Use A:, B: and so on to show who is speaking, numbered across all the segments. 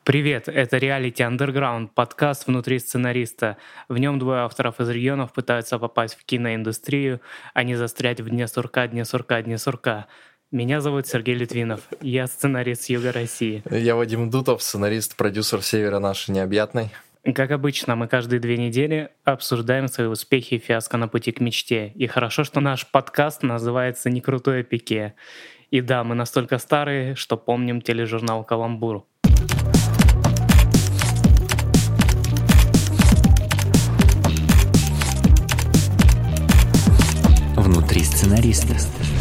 A: Привет, это реалити Underground, подкаст внутри сценариста. В нем двое авторов из регионов пытаются попасть в киноиндустрию, а не застрять в дне сурка, дне сурка, дне сурка. Меня зовут Сергей Литвинов, я сценарист с Юга России.
B: Я Вадим Дутов, сценарист-продюсер Севера нашей необъятной.
A: Как обычно, мы каждые 2 недели обсуждаем свои успехи и фиаско на пути к мечте. И хорошо, что наш подкаст называется «Не крутое пике». И да, мы настолько старые, что помним тележурнал «Каламбур».
C: Внутри сценариста.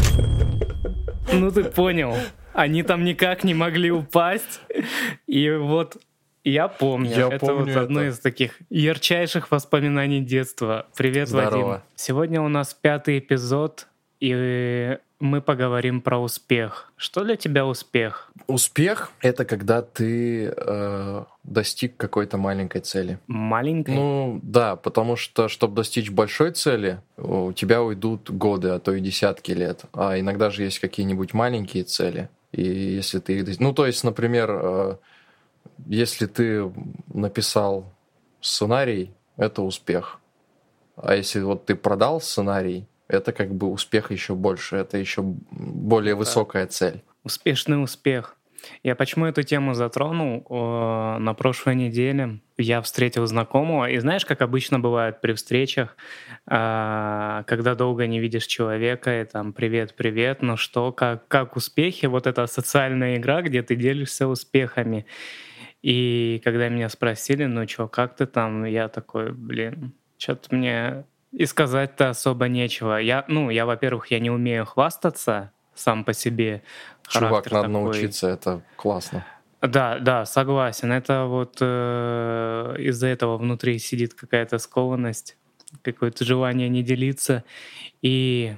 A: Ну ты понял, они там никак не могли упасть. И вот я помню, одно из таких ярчайших воспоминаний детства. Привет,
B: Здорово.
A: Вадим. Сегодня у нас 5-й эпизод, и мы поговорим про успех. Что для тебя успех?
B: Успех — это когда ты достиг какой-то маленькой цели.
A: Маленькой?
B: Ну да, потому что, чтобы достичь большой цели, у тебя уйдут годы, а то и десятки лет. А иногда же есть какие-нибудь маленькие цели. И если ты их... Ну, то есть, например, если ты написал сценарий, это успех. А если вот ты продал сценарий, это как бы успех еще больше, это еще более высокая цель.
A: Успешный успех. Я почему эту тему затронул? На прошлой неделе я встретил знакомого, и знаешь, как обычно бывает при встречах, когда долго не видишь человека, и там «привет, ну что, как успехи?» Вот эта социальная игра, где ты делишься успехами. И когда меня спросили, ну чё, как ты там? Я такой, что-то мне и сказать-то особо нечего. Я, во-первых, я не умею хвастаться сам по себе.
B: Чувак, надо
A: такой.
B: научиться, это классно.
A: Да, согласен. Это вот из-за этого внутри сидит какая-то скованность, какое-то желание не делиться. И,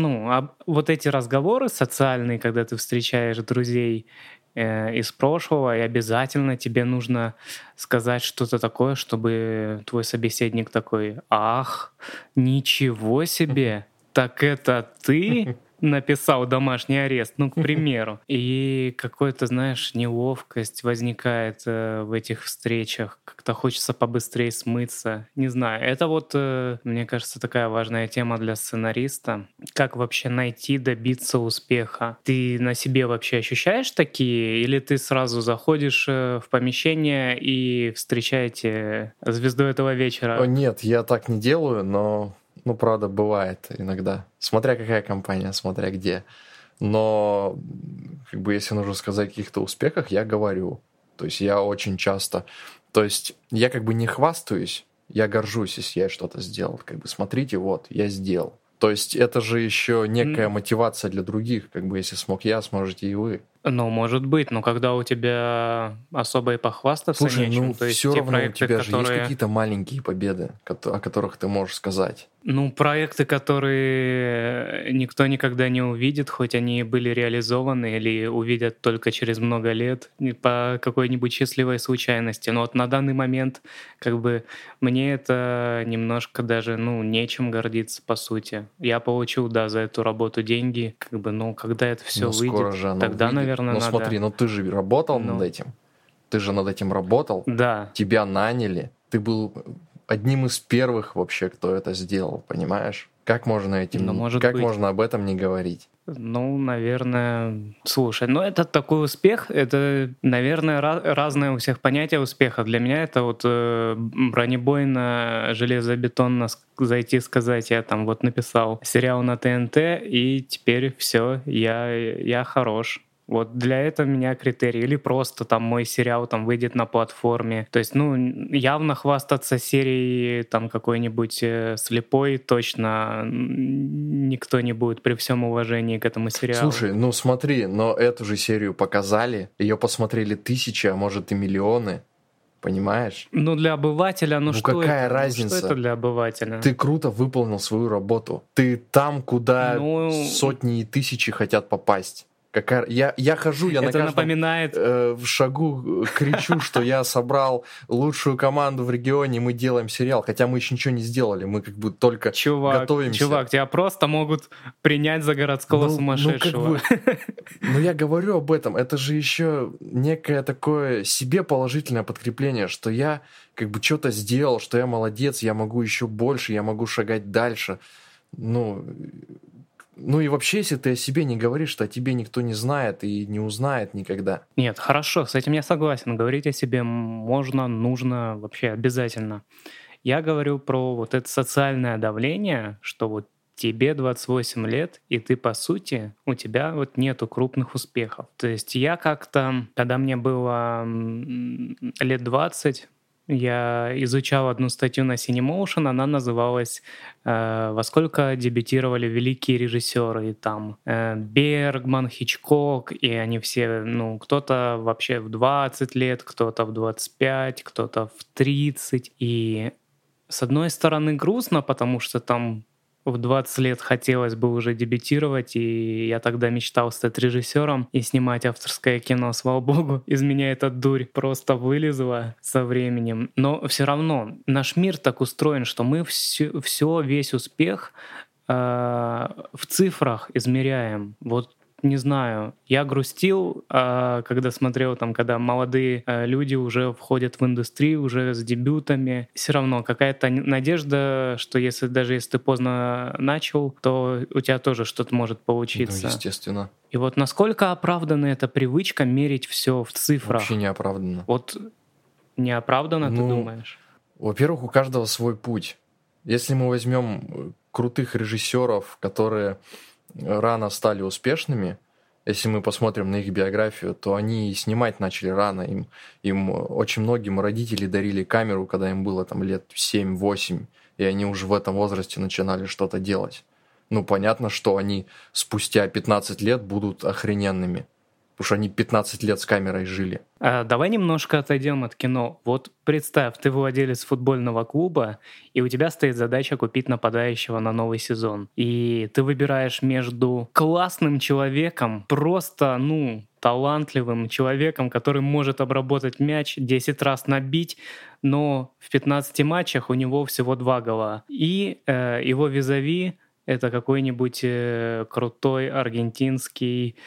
A: вот эти разговоры социальные, когда ты встречаешь друзей из прошлого, и обязательно тебе нужно сказать что-то такое, чтобы твой собеседник такой: «Ах, ничего себе, так это ты написал домашний арест», к примеру. И какая-то, знаешь, неловкость возникает в этих встречах. Как-то хочется побыстрее смыться. Не знаю, это вот, мне кажется, такая важная тема для сценариста. Как вообще найти, добиться успеха? Ты на себе вообще ощущаешь такие? Или ты сразу заходишь в помещение и встречаете звезду этого вечера?
B: Нет, я так не делаю, но... правда, бывает иногда. Смотря какая компания, смотря где. Но, если нужно сказать о каких-то успехах, я говорю. То есть я очень часто... То есть я не хвастаюсь, я горжусь, если я что-то сделал. Смотрите, вот, я сделал. То есть это же еще некая мотивация для других. Если смог я, сможете и вы.
A: Может быть, но когда у тебя особо и похвастаться
B: Слушай,
A: нечем, то есть
B: все
A: те
B: равно
A: проекты,
B: у тебя же есть
A: которые...
B: какие-то маленькие победы, о которых ты можешь сказать.
A: Проекты, которые никто никогда не увидит, хоть они и были реализованы или увидят только через много лет по какой-нибудь счастливой случайности. Но вот на данный момент мне это немножко даже нечем гордиться, по сути. Я получил, за эту работу деньги, когда это все выйдет,
B: же
A: тогда,
B: выйдет.
A: наверное, надо.
B: Смотри, ты же работал над этим. Ты же над этим работал.
A: Да.
B: Тебя наняли. Ты был одним из первых вообще, кто это сделал, понимаешь? Как можно можно об этом не говорить?
A: Наверное... Слушай, это такой успех, это, наверное, разное у всех понятие успеха. Для меня это вот бронебойно-железобетонно зайти сказать: я там вот написал сериал на ТНТ, и теперь все, я хорош. Вот для этого у меня критерий. Или просто там мой сериал выйдет на платформе. То есть, явно хвастаться серией какой-нибудь «Слепой» точно никто не будет, при всем уважении к этому сериалу.
B: Слушай, смотри, но эту же серию показали, ее посмотрели тысячи, а может и миллионы. Понимаешь?
A: Для обывателя, что
B: какая
A: это?
B: разница?
A: Что это для обывателя?
B: Ты круто выполнил свою работу. Ты там, куда сотни и тысячи хотят попасть. Я хожу, я на
A: Это
B: каждом
A: напоминает...
B: в шагу кричу, что я собрал лучшую команду в регионе, мы делаем сериал, хотя мы еще ничего не сделали, мы как бы только готовимся.
A: Чувак, тебя просто могут принять за городского сумасшедшего.
B: Ну, я говорю об этом, это же еще некое такое себе положительное подкрепление, что я как бы что-то сделал, что я молодец, я могу еще больше, я могу шагать дальше. Ну и вообще, если ты о себе не говоришь, что о тебе никто не знает и не узнает никогда.
A: Нет, хорошо, с этим я согласен. Говорить о себе можно, нужно, вообще обязательно. Я говорю про вот это социальное давление, что вот тебе 28 лет, и ты, по сути, у тебя вот нету крупных успехов. То есть я как-то, когда мне было лет 20, я изучал одну статью на Cinemotion, она называлась «Во сколько дебютировали великие режиссеры». И там Бергман, Хичкок, и они все, кто-то вообще в 20 лет, кто-то в 25, кто-то в 30. И с одной стороны грустно, потому что там в 20 лет хотелось бы уже дебютировать, и я тогда мечтал стать режиссером и снимать авторское кино. Слава богу, из меня эта дурь просто вылезла со временем. Но все равно наш мир так устроен, что мы весь успех в цифрах измеряем. Вот не знаю, я грустил, когда смотрел, когда молодые люди уже входят в индустрию, уже с дебютами. Все равно какая-то надежда, что если ты поздно начал, то у тебя тоже что-то может получиться.
B: Ну, естественно.
A: И вот насколько оправдана эта привычка мерить все в цифрах?
B: Вообще не оправданно.
A: Вот не оправданно, ты думаешь?
B: Во-первых, у каждого свой путь. Если мы возьмем крутых режиссеров, которые рано стали успешными, если мы посмотрим на их биографию, то они снимать начали рано. Им очень многим родители дарили камеру, когда им было лет 7-8, и они уже в этом возрасте начинали что-то делать. Понятно, что они спустя 15 лет будут охрененными, потому что они 15 лет с камерой жили.
A: Давай немножко отойдем от кино. Вот представь, ты владелец футбольного клуба, и у тебя стоит задача купить нападающего на новый сезон. И ты выбираешь между классным человеком, просто, талантливым человеком, который может обработать мяч, 10 раз набить, но в 15 матчах у него всего 2 гола. И его визави — это какой-нибудь крутой аргентинский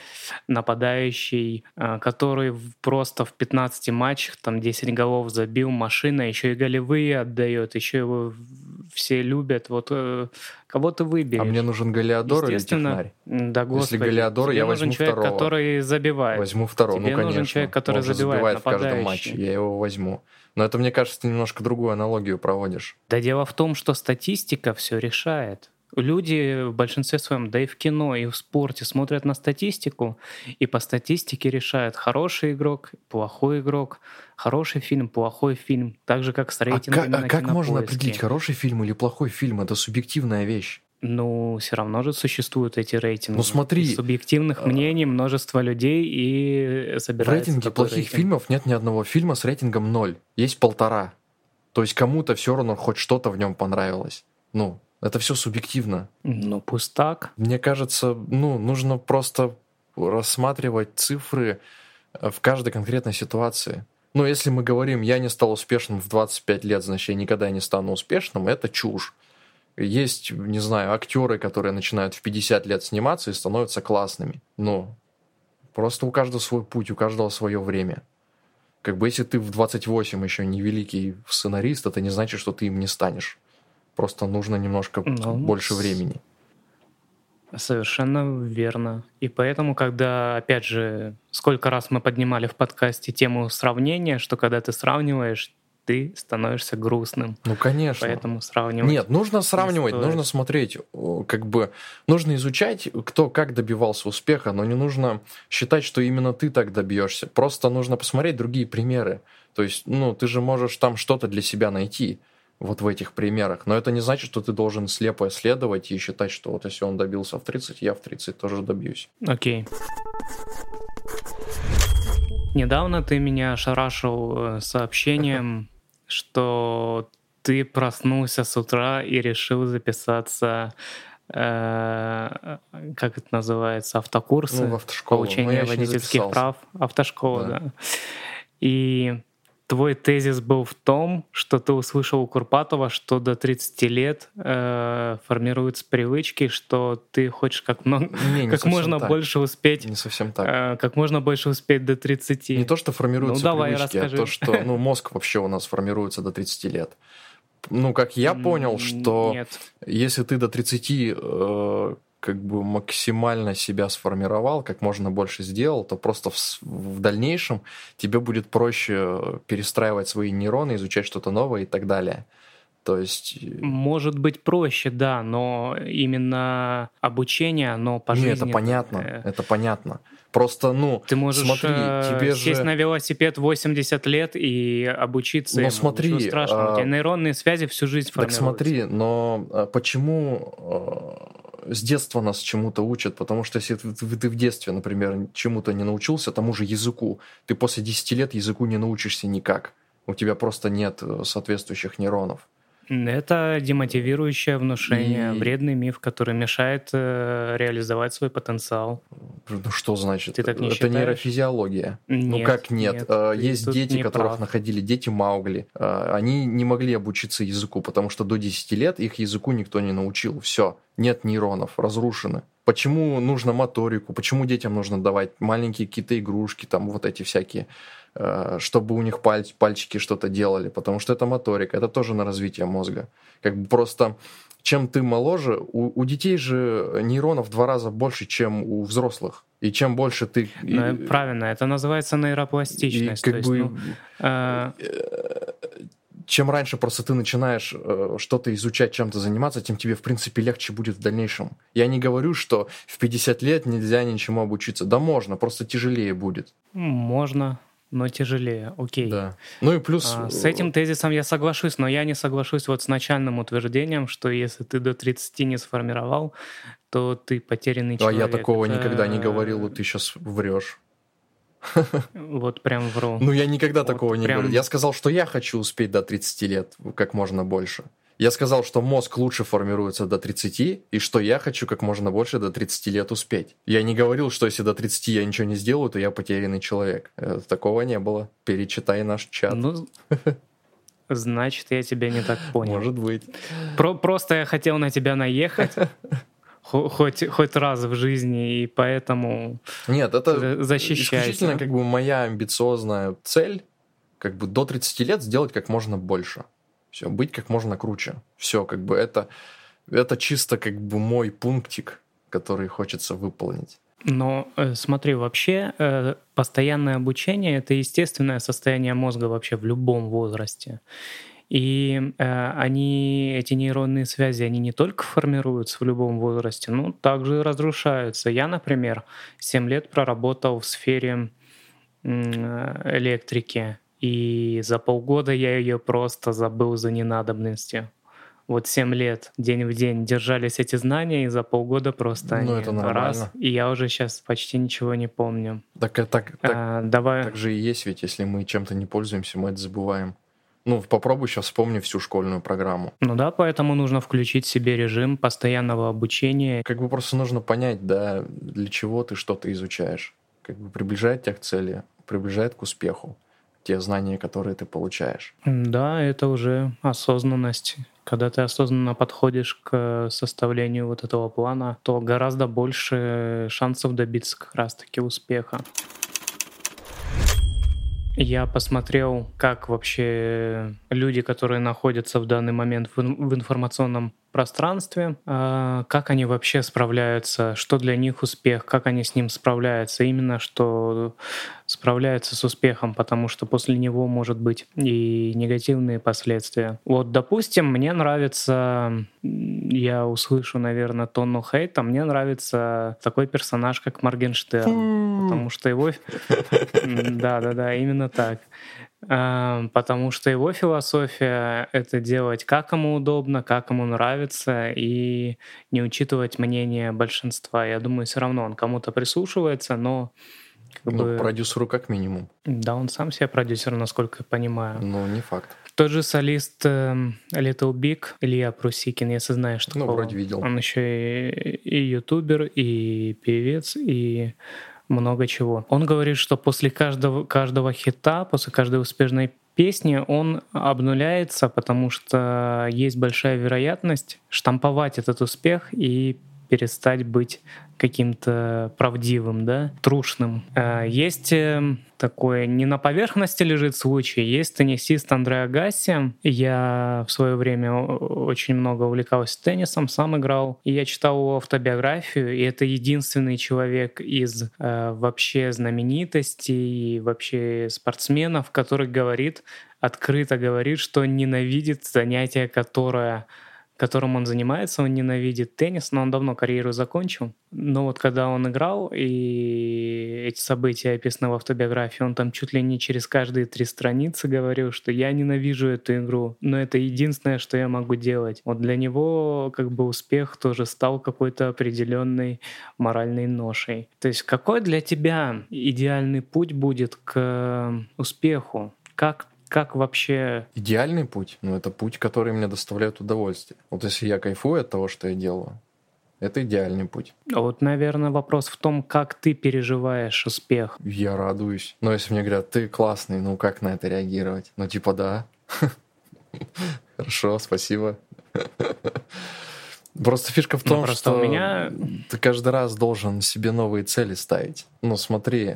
A: нападающий, который просто в 15 матчах 10 голов забил, машина, еще и голевые отдает, еще его все любят. Вот кого ты выберешь?
B: А мне нужен Галиадор или Технарь?
A: Да, господи.
B: Если Галиадор, я возьму
A: человек,
B: второго.
A: который забивает.
B: Возьму второго,
A: Тебе нужен человек, который забивает
B: в каждом матче, я его возьму. Но это, мне кажется, ты немножко другую аналогию проводишь.
A: Да дело в том, что статистика все решает. Люди в большинстве своем, да и в кино, и в спорте смотрят на статистику, и по статистике решают, хороший игрок, плохой игрок, хороший фильм, плохой фильм, так же, как с рейтингами на
B: как можно
A: Кинопоиске.
B: определить, хороший фильм или плохой фильм? Это субъективная вещь.
A: Все равно же существуют эти рейтинги.
B: Смотри.
A: Из субъективных мнений множество людей и собирается.
B: В рейтинге плохих фильмов нет ни одного фильма с рейтингом 0. Есть 1,5. То есть кому-то все равно хоть что-то в нем понравилось. Это все субъективно.
A: Пусть так.
B: Мне кажется, нужно просто рассматривать цифры в каждой конкретной ситуации. Если мы говорим, я не стал успешным в 25 лет, значит, я никогда не стану успешным, это чушь. Есть, не знаю, актеры, которые начинают в 50 лет сниматься и становятся классными. Просто у каждого свой путь, у каждого свое время. Если ты в 28 еще не великий сценарист, это не значит, что ты им не станешь. Просто нужно немножко больше времени.
A: Совершенно верно. И поэтому, когда, опять же, сколько раз мы поднимали в подкасте тему сравнения, что когда ты сравниваешь, ты становишься грустным.
B: Конечно.
A: Поэтому сравнивать.
B: Нет, нужно сравнивать, нужно смотреть, нужно изучать, кто как добивался успеха, но не нужно считать, что именно ты так добьешься. Просто нужно посмотреть другие примеры. То есть, ты же можешь там что-то для себя найти. Вот в этих примерах. Но это не значит, что ты должен слепо исследовать и считать, что вот если он добился в 30, я в 30 тоже добьюсь.
A: Окей. Недавно ты меня ошарашил сообщением, что ты проснулся с утра и решил записаться как это называется, автокурсы,
B: в автошколу.
A: получение водительских прав, автошкола, да. И твой тезис был в том, что ты услышал у Курпатова, что до 30 лет формируются привычки, что ты хочешь как можно больше успеть.
B: Не совсем так.
A: Как можно больше успеть до 30.
B: Не то, что формируются привычки,
A: расскажи.
B: А то, что мозг вообще у нас формируется до 30 лет. Как я понял, что если ты до 30 максимально себя сформировал, как можно больше сделал, то просто в дальнейшем тебе будет проще перестраивать свои нейроны, изучать что-то новое и так далее. То есть...
A: Может быть проще, да, но именно обучение, оно по жизни...
B: Нет, это понятно. Просто,
A: ты можешь
B: смотри, тебе
A: сесть на велосипед 80 лет и обучиться ему.
B: Смотри,
A: ничего страшного. У тебя нейронные связи всю жизнь формируются.
B: Так смотри, но почему с детства нас чему-то учат? Потому что если ты в детстве, например, чему-то не научился, тому же языку, ты после 10 лет языку не научишься никак. У тебя просто нет соответствующих нейронов.
A: Это демотивирующее внушение, вредный миф, который мешает реализовать свой потенциал.
B: Что значит?
A: Ты так не
B: Это
A: считаешь?
B: Нейрофизиология.
A: Нет,
B: как нет? Есть дети, которых
A: прав.
B: находили, дети Маугли. Они не могли обучиться языку, потому что до 10 лет их языку никто не научил. Все, нет нейронов, разрушены. Почему нужно моторику? Почему детям нужно давать маленькие какие-то игрушки, там вот эти всякие, чтобы у них пальчики что-то делали? Потому что это моторика, это тоже на развитие мозга. Просто чем ты моложе, у детей же нейронов в 2 раза больше, чем у взрослых. И чем больше ты...
A: Правильно, это называется нейропластичность.
B: Чем раньше просто ты начинаешь что-то изучать, чем-то заниматься, тем тебе, в принципе, легче будет в дальнейшем. Я не говорю, что в 50 лет нельзя ничему обучиться. Да можно, просто тяжелее будет.
A: Можно, но тяжелее, окей.
B: Да. И плюс...
A: С этим тезисом я соглашусь, но я не соглашусь с начальным утверждением, что если ты до 30 не сформировал, то ты потерянный человек.
B: А я такого никогда не говорил, ты сейчас врешь.
A: Вот прям вру.
B: Я никогда такого не говорю. Я сказал, что я хочу успеть до 30 лет как можно больше. Я сказал, что мозг лучше формируется до 30, и что я хочу как можно больше до 30 лет успеть. Я не говорил, что если до 30 я ничего не сделаю, то я потерянный человек. Такого не было. Перечитай наш чат.
A: Значит, я тебя не так понял.
B: Может быть.
A: Просто я хотел на тебя наехать. Хоть раз в жизни, и поэтому
B: Нет, это
A: защищайся.
B: исключительно моя амбициозная цель, до 30 лет сделать как можно больше. Все, быть как можно круче. Все, это чисто мой пунктик, который хочется выполнить.
A: Но смотри, вообще постоянное обучение — это естественное состояние мозга вообще в любом возрасте. И эти нейронные связи, они не только формируются в любом возрасте, но также и разрушаются. Я, например, 7 лет проработал в сфере электрики, и за полгода я ее просто забыл за ненадобностью. 7 лет, день в день держались эти знания, и за полгода просто они
B: это нормально.
A: и я уже сейчас почти ничего не помню.
B: Так же и есть, ведь если мы чем-то не пользуемся, мы это забываем. Попробуй сейчас вспомни всю школьную программу.
A: Поэтому нужно включить себе режим постоянного обучения.
B: Просто нужно понять, да, для чего ты что-то изучаешь. Приближает тебя к цели, приближает к успеху те знания, которые ты получаешь.
A: Да, это уже осознанность. Когда ты осознанно подходишь к составлению этого плана, то гораздо больше шансов добиться как раз-таки успеха. Я посмотрел, как вообще люди, которые находятся в данный момент в информационном пространстве, как они вообще справляются, что для них успех, как они с ним справляются, именно что справляются с успехом, потому что после него может быть и негативные последствия. Допустим, мне нравится, я услышу, наверное, тонну хейта, мне нравится такой персонаж, как Моргенштерн, потому что его... Да, именно так. Потому что его философия — это делать как ему удобно, как ему нравится, и не учитывать мнение большинства. Я думаю, все равно он кому-то прислушивается, но...
B: Продюсеру как минимум.
A: Да, он сам себе продюсер, насколько я понимаю.
B: Не факт.
A: Тот же солист Little Big, Илья Прусикин, если знаешь такого.
B: Ну, вроде видел.
A: Он еще и ютубер, и певец, и много чего. Он говорит, что после каждого хита, после каждой успешной песни он обнуляется, потому что есть большая вероятность штамповать этот успех и перестать быть каким-то правдивым, да, трушным. Есть такой, не на поверхности лежит случай, есть теннисист Андре Агасси. Я в свое время очень много увлекался теннисом, сам играл, и я читал его автобиографию, и это единственный человек из вообще знаменитостей и вообще спортсменов, который открыто говорит, что ненавидит занятие, которым он занимается, он ненавидит теннис, но он давно карьеру закончил. Но вот когда он играл, и эти события описаны в автобиографии, он там чуть ли не через каждые 3 страницы говорил, что я ненавижу эту игру, но это единственное, что я могу делать. Вот для него как бы успех тоже стал какой-то определенной моральной ношей. То есть какой для тебя идеальный путь будет к успеху? Как вообще...
B: Идеальный путь? Ну, это путь, который мне доставляет удовольствие. Вот если я кайфую от того, что я делаю, это идеальный путь.
A: Вот, наверное, вопрос в том, как ты переживаешь успех.
B: Я радуюсь. Но если мне говорят, ты классный, ну как на это реагировать? Ну, типа, да. Хорошо, спасибо. Просто фишка в том, что ты каждый раз должен себе новые цели ставить. Ну, смотри,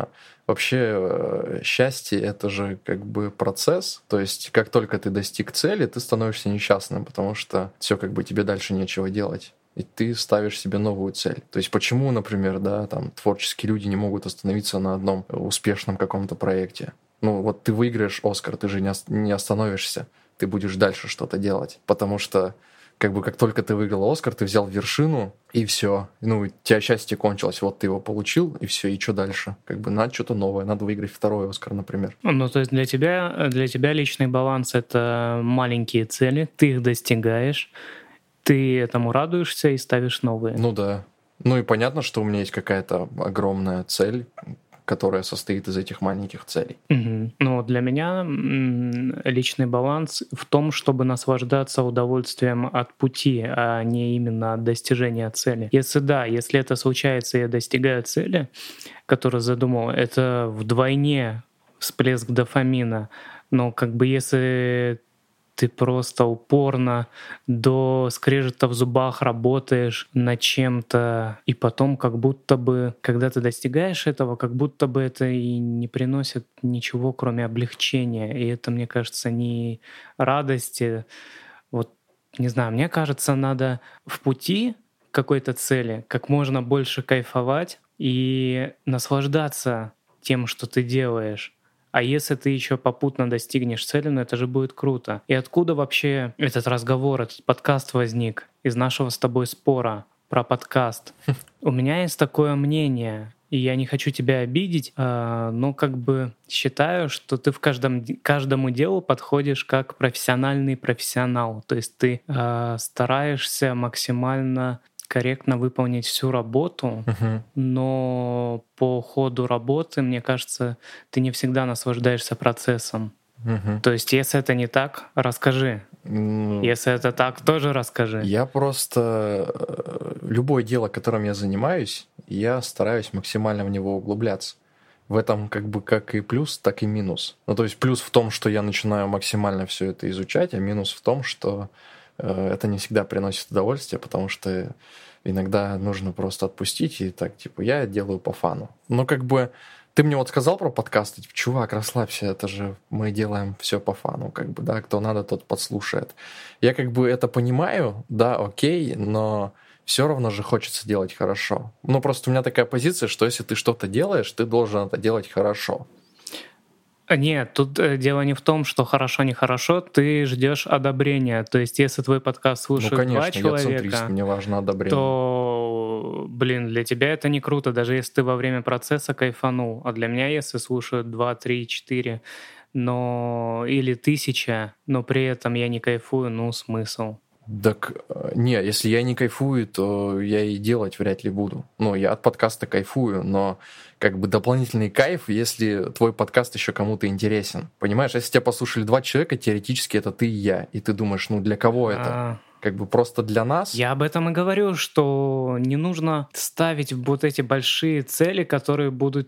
B: вообще счастье — это же как бы процесс. То есть как только ты достиг цели, ты становишься несчастным, потому что все, как бы тебе дальше нечего делать. И ты ставишь себе новую цель. То есть почему, например, да, там творческие люди не могут остановиться на одном успешном каком-то проекте? Ну, вот ты выиграешь «Оскар», ты же не остановишься. Ты будешь дальше что-то делать. Потому что как бы как только ты выиграл «Оскар», ты взял вершину, и все. Ну, у тебя счастье кончилось. Вот ты его получил, и все, и что дальше? Как бы надо что-то новое, надо выиграть второй «Оскар», например.
A: Ну, то есть для тебя личный баланс — это маленькие цели, ты их достигаешь, ты этому радуешься и ставишь новые.
B: Ну да. Ну и понятно, что у меня есть какая-то огромная цель, которая состоит из этих маленьких целей.
A: Угу. Ну, для меня личный баланс в том, чтобы наслаждаться удовольствием от пути, а не именно от достижения цели. Если это случается, и я достигаю цели, которую задумал, это вдвойне всплеск дофамина. Но как бы если ты просто упорно до скрежета в зубах работаешь над чем-то, и потом как будто бы, когда ты достигаешь этого, как будто бы это и не приносит ничего, кроме облегчения. И это, мне кажется, не радости. Вот, не знаю, мне кажется, надо в пути к какой-то цели как можно больше кайфовать и наслаждаться тем, что ты делаешь. А если ты еще попутно достигнешь цели, ну это же будет круто. И откуда вообще этот разговор, этот подкаст возник? Из нашего с тобой спора про подкаст. У меня есть такое мнение, и я не хочу тебя обидеть, но как бы считаю, что ты каждому делу подходишь как профессиональный профессионал. То есть ты стараешься максимально корректно выполнить всю работу, но по ходу работы, мне кажется, ты не всегда наслаждаешься процессом. То есть, если это не так, расскажи. Если это так, тоже расскажи.
B: Я просто... Любое дело, которым я занимаюсь, я стараюсь максимально в него углубляться. В этом как бы как и плюс, так и минус. Ну, то есть плюс в том, что я начинаю максимально все это изучать, а минус в том, что это не всегда приносит удовольствие, потому что иногда нужно просто отпустить и так, типа, я делаю по фану. Но как бы ты мне вот сказал про подкасты, типа, чувак, расслабься, это же мы делаем все по фану, как бы, да, кто надо, тот подслушает. Я как бы это понимаю, да, окей, но все равно же хочется делать хорошо. Ну, просто у меня такая позиция, что если ты что-то делаешь, ты должен это делать хорошо.
A: Нет, тут дело не в том, что хорошо-нехорошо, ты ждешь одобрения. То есть, если твой подкаст слушают
B: конечно,
A: два человека,
B: я центрист, мне важно одобрение.
A: То, для тебя это не круто, даже если ты во время процесса кайфанул. А для меня, если слушают 2, 3, 4, или 1000, но при этом я не кайфую, ну смысл.
B: Так, не, если я не кайфую, то я и делать вряд ли буду. Ну, я от подкаста кайфую, но как бы дополнительный кайф, если твой подкаст еще кому-то интересен. Понимаешь, если тебя послушали 2 человека, теоретически это ты и я. И ты думаешь, ну для кого это? Как бы просто для нас?
A: Я об этом и говорю, что не нужно ставить вот эти большие цели, которые будут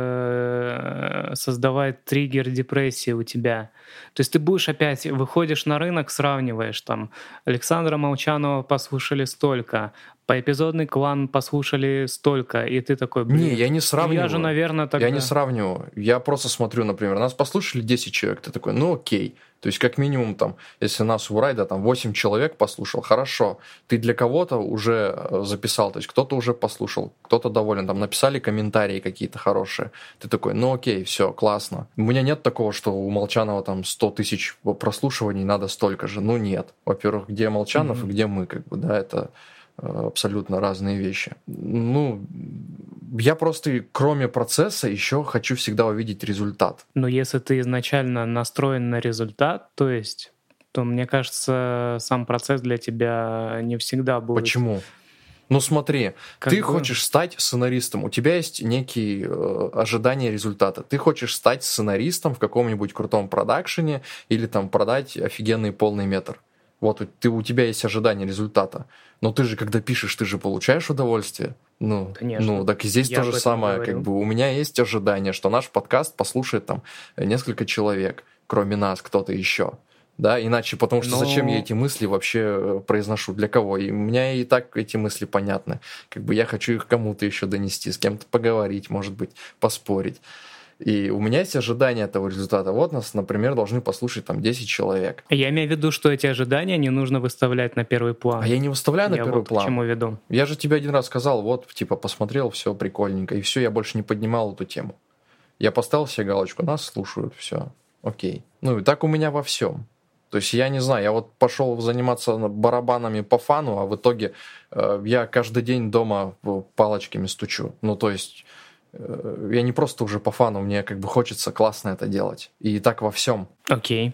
A: создавать триггер депрессии у тебя. То есть ты будешь опять, выходишь на рынок, сравниваешь там, Александра Молчанова послушали столько, поэпизодный клан послушали столько, и ты такой, блин,
B: Не, я не сравниваю.
A: Я же, наверное, тогда...
B: Я не сравниваю. Я просто смотрю, например, нас послушали 10 человек, ты такой, ну окей. То есть как минимум там, если нас у Райда там 8 человек послушал, хорошо. Ты для кого-то уже записал, то есть кто-то уже послушал, кто-то доволен, там написали комментарии какие-то хорошие. Ты такой, ну окей, все, классно. У меня нет такого, что у Молчанова там 100 тысяч прослушиваний, надо столько же. Ну нет. Во-первых, где Молчанов и где мы, как бы, да, это абсолютно разные вещи. Ну, я просто, кроме процесса, еще хочу всегда увидеть результат.
A: Но если ты изначально настроен на результат, то есть, то, мне кажется, сам процесс для тебя не всегда будет...
B: Почему? Ну смотри, ты хочешь стать сценаристом, у тебя есть некие ожидания результата. Ты хочешь стать сценаристом в каком-нибудь крутом продакшене или там продать офигенный полный метр. Вот у тебя есть ожидание результата. Но ты же, когда пишешь, ты же получаешь удовольствие. Ну,
A: конечно.
B: Ну, так и здесь то же самое. Как бы у меня есть ожидание, что наш подкаст послушает там несколько человек, кроме нас, кто-то еще. Да, иначе, потому что зачем я эти мысли вообще произношу, для кого? И у меня и так эти мысли понятны. Как бы я хочу их кому-то еще донести, с кем-то поговорить, может быть, поспорить. И у меня есть ожидания этого результата. Вот нас, например, должны послушать там 10 человек.
A: Я имею в виду, что эти ожидания не нужно выставлять на первый план.
B: А я не выставляю на первый план.
A: К чему веду?
B: Я же тебе один раз сказал, вот, типа, посмотрел, все прикольненько, и все, я больше не поднимал эту тему. Я поставил себе галочку, нас слушают, все, окей. Ну и так у меня во всем. То есть я не знаю, я вот пошел заниматься барабанами по фану, а в итоге я каждый день дома палочками стучу. Ну то есть я не просто уже по фану, мне как бы хочется классно это делать. И так во всем.
A: Окей.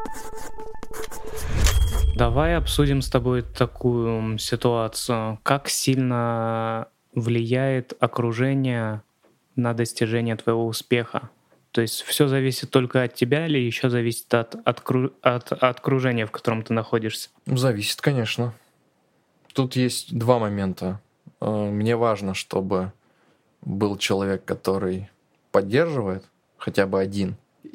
A: Давай обсудим с тобой такую ситуацию. Как сильно влияет окружение на достижение твоего успеха? То есть все зависит только от тебя или еще зависит от окружения, в котором ты находишься?
B: Зависит, конечно. Тут есть 2 момента. Мне важно, чтобы был человек, который поддерживает, хотя бы один.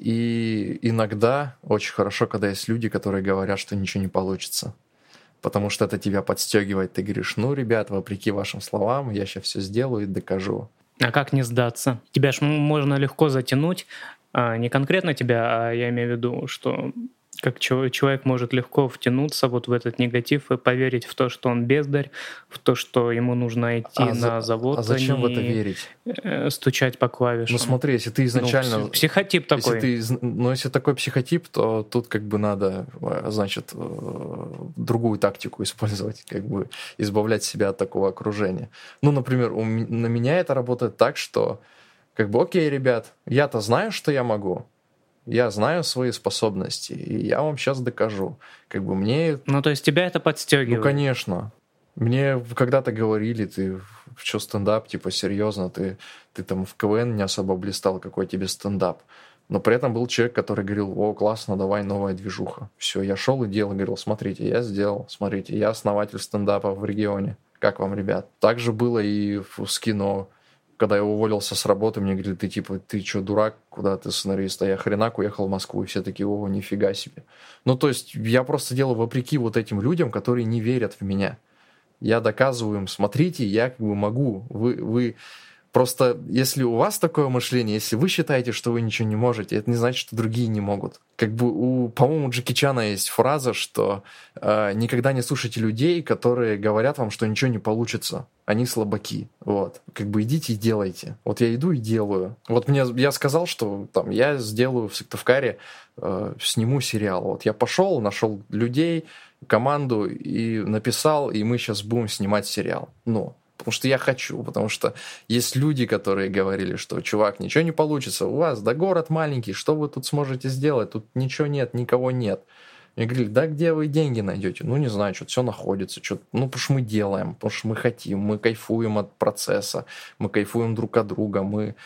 B: И иногда очень хорошо, когда есть люди, которые говорят, что ничего не получится. Потому что это тебя подстегивает. Ты говоришь, ну, ребят, вопреки вашим словам, я сейчас все сделаю и докажу.
A: А как не сдаться? Тебя ж можно легко затянуть. Не конкретно тебя, а я имею в виду, что как человек может легко втянуться вот в этот негатив и поверить в то, что он бездарь, в то, что ему нужно идти на завод.
B: А зачем в это верить?
A: Стучать по клавишам.
B: Ну смотри, если ты изначально...
A: психотип такой.
B: Если такой психотип, то тут как бы надо, значит, другую тактику использовать, как бы избавлять себя от такого окружения. Ну, например, на меня это работает так, что как бы, окей, ребят, я-то знаю, что я могу. Я знаю свои способности, и я вам сейчас докажу. Как бы мне...
A: Ну, то есть тебя это подстегивает?
B: Ну, конечно. Мне когда-то говорили, ты что, стендап, типа, серьезно, ты там в КВН не особо блистал, какой тебе стендап. Но при этом был человек, который говорил, о, классно, давай, новая движуха. Все, я шел и делал, говорил, смотрите, я сделал, смотрите, я основатель стендапа в регионе. Как вам, ребят? Так же было и с кино. Когда я уволился с работы, мне говорили, ты что, дурак, куда ты сценарист? А я хренак уехал в Москву, и все такие, о, нифига себе. Ну, то есть я просто делаю вопреки вот этим людям, которые не верят в меня. Я доказываю им, смотрите, я как бы могу. Вы просто, если у вас такое мышление, если вы считаете, что вы ничего не можете, это не значит, что другие не могут. Как бы по-моему, у Джеки Чана есть фраза, что никогда не слушайте людей, которые говорят вам, что ничего не получится. Они слабаки. Вот. Как бы идите и делайте. Вот я иду и делаю. Вот я сказал, что там я сделаю в Сыктывкаре, сниму сериал. Вот я пошел, нашел людей, команду и написал, и мы сейчас будем снимать сериал. Ну, потому что я хочу, потому что есть люди, которые говорили, что, чувак, ничего не получится, у вас, да город маленький, что вы тут сможете сделать, тут ничего нет, никого нет. Мне говорили, да где вы деньги найдете? Ну, не знаю, что-то все находится, что-то, ну, потому что мы делаем, потому что мы хотим, мы кайфуем от процесса, мы кайфуем друг от друга, мы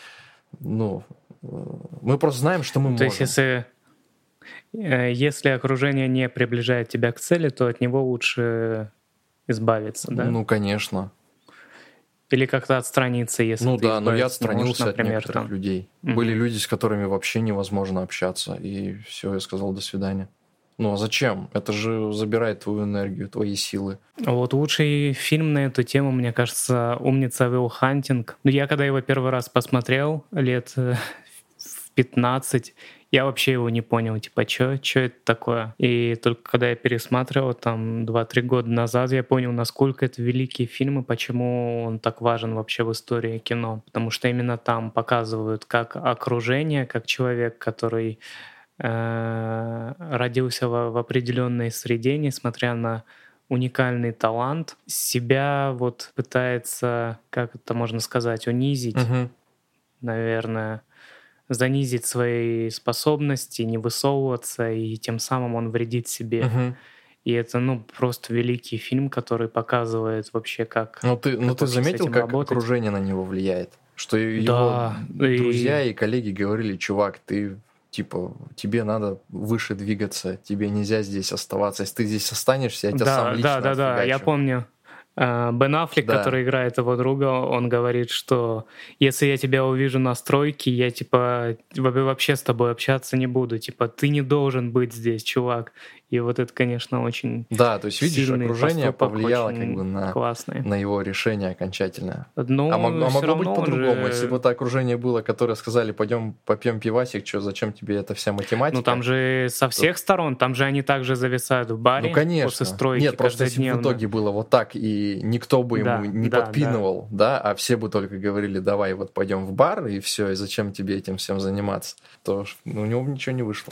B: просто знаем, что мы
A: То
B: можем.
A: есть, если окружение не приближает тебя к цели, то от него лучше избавиться, да?
B: Ну, конечно.
A: Или как-то отстраниться, если
B: Ну
A: ты
B: да, но я
A: избавиться не можешь,
B: отстранился от
A: например,
B: некоторых
A: там.
B: людей.
A: Мгм.
B: Были люди, с которыми вообще невозможно общаться. И все, я сказал, до свидания. Ну а зачем? Это же забирает твою энергию, твои силы.
A: Вот лучший фильм на эту тему, мне кажется, «Умница Уилл Хантинг». Ну, я когда его первый раз посмотрел, лет в 15, я вообще его не понял, типа, что это такое? И только когда я пересматривал там 2-3 года назад, я понял, насколько это великий фильм и почему он так важен вообще в истории кино. Потому что именно там показывают, как окружение, как человек, который родился в определенной среде, несмотря на уникальный талант, себя вот пытается, как это можно сказать, унизить,
B: Мгм.
A: наверное, занизить свои способности, не высовываться, и тем самым он вредит себе.
B: Мгм.
A: И это, просто великий фильм, который показывает вообще, как
B: Ну ты
A: вообще с
B: заметил,
A: этим
B: как
A: работать.
B: окружение на него влияет? Что его
A: Да,
B: друзья и коллеги говорили, чувак, ты типа, тебе надо выше двигаться, тебе нельзя здесь оставаться. Если ты здесь останешься, я тебя сам лично
A: Да, я
B: отфигачу.
A: помню. Бен Аффлек,
B: Да.
A: который играет его друга, он говорит, что если я тебя увижу на стройке, я типа вообще с тобой общаться не буду. Типа, ты не должен быть здесь, чувак. И вот это, конечно, очень
B: Да, то есть, видишь,
A: сильный
B: окружение
A: поступок,
B: повлияло
A: очень
B: как бы на
A: классный.
B: его решение окончательное.
A: Но
B: А
A: всё
B: могло быть
A: равно он
B: по-другому,
A: же-
B: если бы это окружение было, которое сказали, пойдем попьем пивасик, что, зачем тебе эта вся математика?
A: Ну там же со всех сторон, там же они также зависают в баре
B: Ну, конечно.
A: после стройки
B: Нет, просто если бы в
A: каждодневно.
B: итоге было вот так, и никто бы
A: Да,
B: ему не
A: да,
B: подпинывал, да, а все бы только говорили, давай вот пойдем в бар, и все, и зачем тебе этим всем заниматься, то у него бы ничего не вышло.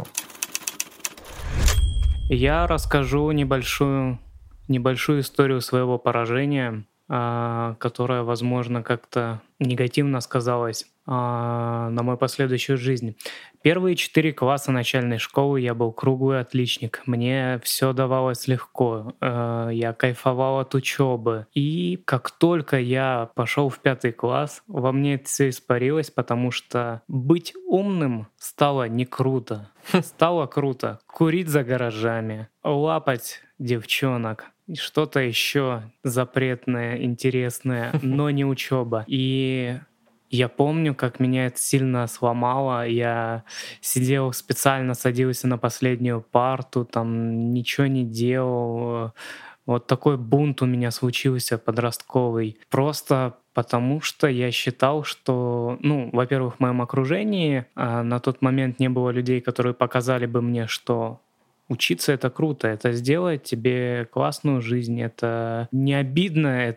A: Я расскажу небольшую историю своего поражения, которая, возможно, как-то негативно сказалась на мою последующую жизнь. Первые 4 класса начальной школы я был круглый отличник. Мне все давалось легко. Я кайфовал от учебы. И как только я пошел в 5 класс, во мне это все испарилось, потому что быть умным стало не круто. Стало круто курить за гаражами, лапать девчонок, и что-то еще запретное, интересное, но не учеба. И я помню, как меня это сильно сломало. Я специально садился на последнюю парту, там ничего не делал. Вот такой бунт у меня случился подростковый. Просто потому что я считал, что, во-первых, в моем окружении на тот момент не было людей, которые показали бы мне, что учиться — это круто, это сделает тебе классную жизнь, это не обидно,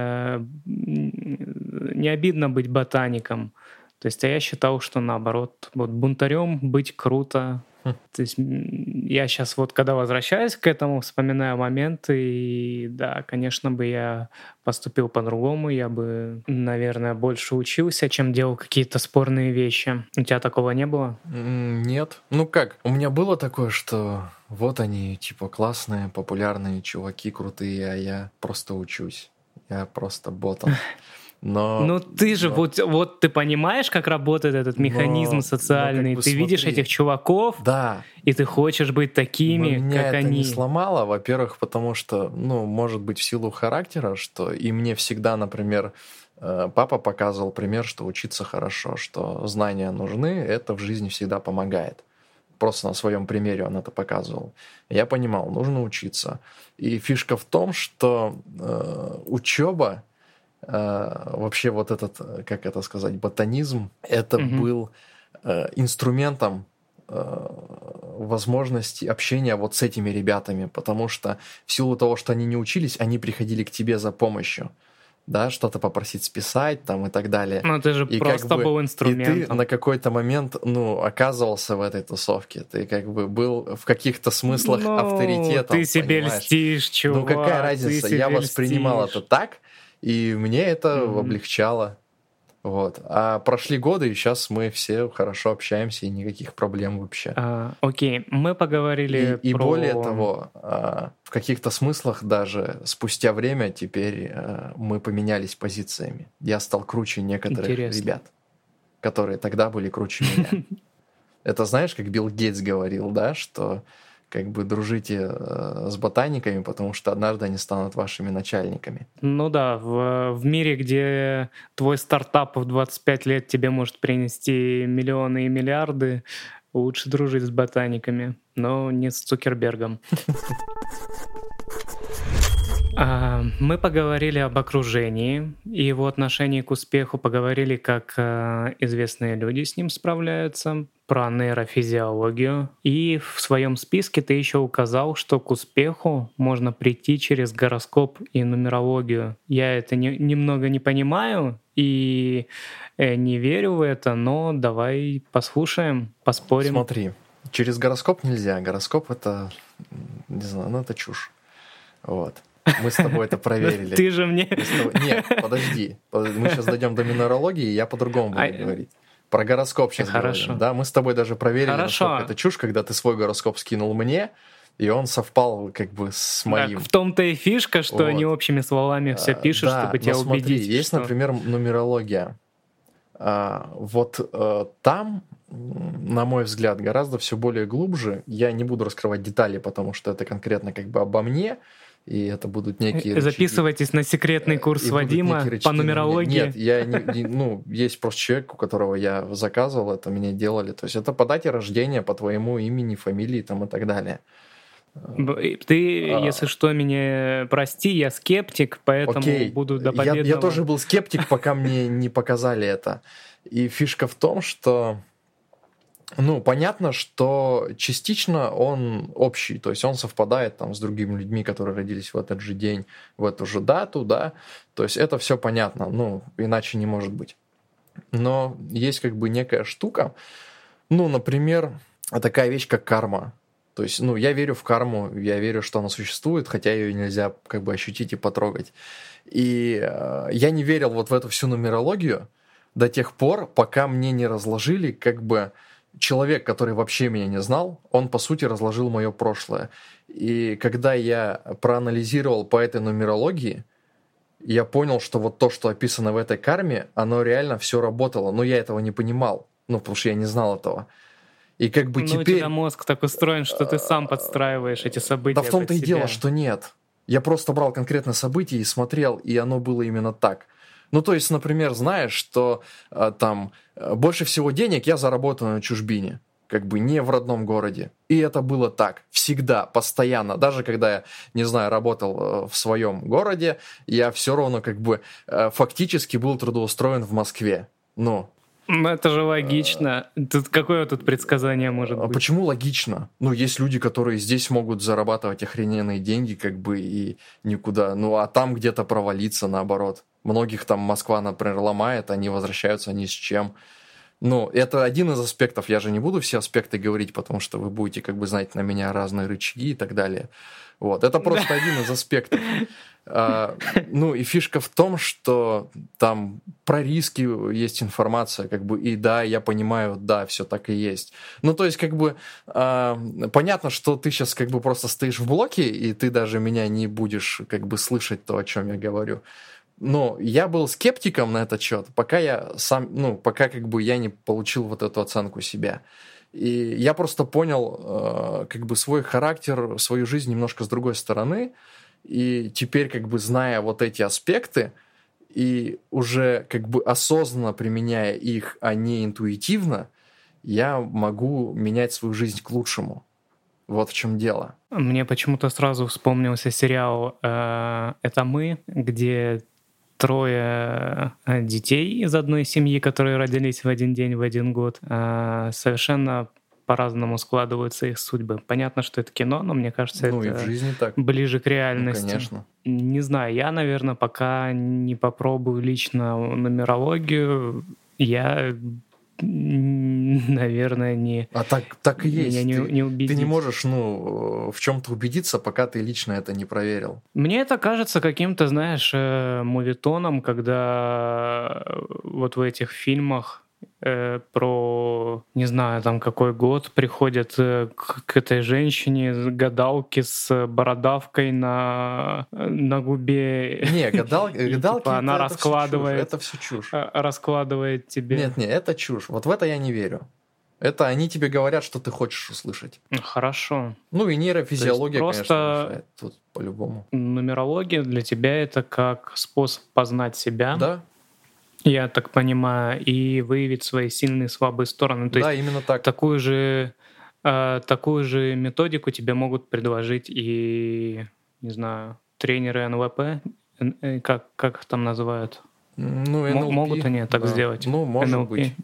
A: не обидно быть ботаником. То есть, а я считал, что наоборот, вот бунтарем быть круто. То есть я сейчас вот, когда возвращаюсь к этому, вспоминаю моменты, и да, конечно бы я поступил по-другому, я бы, наверное, больше учился, чем делал какие-то спорные вещи. У тебя такого не было?
B: Нет. Ну как, у меня было такое, что вот они, типа, классные, популярные чуваки, крутые, а я просто учусь. Я просто ботан. Но
A: ты же вот ты понимаешь, как работает этот механизм социальный.
B: как бы
A: Ты видишь
B: смотри.
A: этих чуваков,
B: да,
A: и ты хочешь быть такими,
B: но меня
A: как
B: это
A: они.
B: не сломало, во-первых, потому что, может быть, в силу характера, что и мне всегда, например, папа показывал пример, что учиться хорошо, что знания нужны, это в жизни всегда помогает. Просто на своем примере он это показывал. Я понимал, нужно учиться. И фишка в том, что учеба, вообще вот этот, как это сказать, ботанизм, это был инструментом возможности общения вот с этими ребятами, потому что в силу того, что они не учились, они приходили к тебе за помощью, да, что-то попросить списать там и так далее.
A: Ну, ты же
B: И
A: просто
B: как бы,
A: был
B: и
A: инструментом.
B: ты на какой-то момент, оказывался в этой тусовке, ты как бы был в каких-то смыслах авторитетом.
A: Ты себе
B: понимаешь?
A: льстишь, чувак.
B: Какая
A: ты
B: разница?
A: себе
B: Я воспринимал
A: льстишь.
B: это так, и мне это облегчало. Вот. А прошли годы, и сейчас мы все хорошо общаемся, и никаких проблем вообще.
A: Окей, мы поговорили
B: И
A: про...
B: более того, в каких-то смыслах даже спустя время теперь мы поменялись позициями. Я стал круче некоторых
A: Интересно.
B: ребят, которые тогда были круче меня. Это знаешь, как Билл Гейтс говорил, да, что как бы дружите с ботаниками, потому что однажды они станут вашими начальниками.
A: Ну да, в мире, где твой стартап в 25 лет тебе может принести миллионы и миллиарды, лучше дружить с ботаниками, но не с Цукербергом. Мы поговорили об окружении и его отношении к успеху, поговорили, как известные люди с ним справляются, про нейрофизиологию. И в своем списке ты еще указал, что к успеху можно прийти через гороскоп и нумерологию. Я это немного не понимаю и не верю в это, но давай послушаем, поспорим.
B: Смотри, через гороскоп нельзя. Гороскоп — это, не знаю, ну это чушь. Вот. Мы с тобой это проверили.
A: Ты же мне...
B: Нет, подожди. Мы сейчас дойдем до минералогии, и я по-другому буду говорить. Про гороскоп сейчас говорим. Да, мы с тобой даже проверили, насколько это чушь, когда ты свой гороскоп скинул мне, и он совпал как бы с моим.
A: Так, в том-то и фишка, что они общими словами все пишут, чтобы тебя
B: смотри,
A: убедить.
B: Есть, например, нумерология. Вот там, на мой взгляд, гораздо все более глубже. Я не буду раскрывать детали, потому что это конкретно как бы обо мне, и это будут некие
A: Записывайтесь на секретный курс Вадима по нумерологии.
B: Нет, есть просто человек, у которого я заказывал, это мне делали. То есть это по дате рождения, по твоему имени, фамилии там, и так далее.
A: Ты, если что, меня прости, я скептик, поэтому буду до победного.
B: Я тоже был скептик, пока мне не показали это. И фишка в том, что... понятно, что частично он общий, то есть он совпадает там с другими людьми, которые родились в этот же день, в эту же дату, да, то есть это все понятно, иначе не может быть. Но есть как бы некая штука, например, такая вещь, как карма. То есть, я верю в карму, я верю, что она существует, хотя ее нельзя как бы ощутить и потрогать. И я не верил вот в эту всю нумерологию до тех пор, пока мне не разложили как бы человек, который вообще меня не знал, он, по сути, разложил мое прошлое. И когда я проанализировал по этой нумерологии, я понял, что вот то, что описано в этой карме, оно реально все работало. Но я этого не понимал, потому что я не знал этого. И как бы теперь...
A: у тебя мозг так устроен, что ты сам подстраиваешь эти события.
B: Да в том-то и дело, что нет. Я просто брал конкретное событие и смотрел, и оно было именно так. То есть, например, знаешь, что там больше всего денег я заработаю на чужбине, как бы не в родном городе. И это было так, всегда, постоянно. Даже когда я, не знаю, работал в своем городе, я все равно как бы фактически был трудоустроен в Москве.
A: Это же логично. Какое тут предсказание может быть?
B: Почему логично? Есть люди, которые здесь могут зарабатывать охрененные деньги, как бы, и никуда. А там где-то провалиться, наоборот. Многих там Москва, например, ломает, они возвращаются ни с чем. Это один из аспектов. Я же не буду все аспекты говорить, потому что вы будете, как бы, знать на меня разные рычаги и так далее. Вот. Это просто один из аспектов. И фишка в том, что там про риски есть информация, как бы, и да, я понимаю, да, все так и есть. То есть, как бы, понятно, что ты сейчас, как бы, просто стоишь в блоке, и ты даже меня не будешь, как бы, слышать то, о чем я говорю. Но я был скептиком на этот счет, пока я сам, пока, как бы, я не получил вот эту оценку себя. И я просто понял, как бы, свой характер, свою жизнь немножко с другой стороны. И теперь, как бы, зная вот эти аспекты и уже, как бы, осознанно применяя их, а не интуитивно, я могу менять свою жизнь к лучшему. Вот в чем дело.
A: Мне почему-то сразу вспомнился сериал «Это мы», где 3 детей из одной семьи, которые родились в один день, в один год, совершенно по-разному складываются их судьбы. Понятно, что это кино, но мне кажется, это
B: и в жизни так.
A: Ближе к реальности.
B: Конечно.
A: Не знаю, я, наверное, пока не попробую лично нумерологию. Я наверное, не,
B: А так и
A: меня
B: есть.
A: не
B: Ты не
A: убедить.
B: можешь, в чем-то убедиться, пока ты лично это не проверил.
A: Мне это кажется каким-то, знаешь, мувитоном, когда вот в этих фильмах про, не знаю, там какой год приходят к этой женщине, гадалке с бородавкой на губе.
B: Не,
A: И
B: гадалки
A: типа она
B: это все чушь.
A: раскладывает,
B: Это все чушь.
A: раскладывает тебе.
B: Нет, это чушь. Вот в это я не верю. Это они тебе говорят, что ты хочешь услышать.
A: Хорошо.
B: Ну и нейрофизиология,
A: То есть
B: конечно,
A: просто
B: решает тут по-любому.
A: нумерология для тебя это как способ познать себя,
B: Да,
A: я так понимаю, и выявить свои сильные и слабые стороны. То
B: да,
A: есть
B: именно так.
A: такую же методику тебе могут предложить и, не знаю, тренеры НЛП, как их там называют?
B: Ну, НЛП,
A: Могут они так
B: да.
A: сделать?
B: Ну, может
A: НЛП.
B: быть.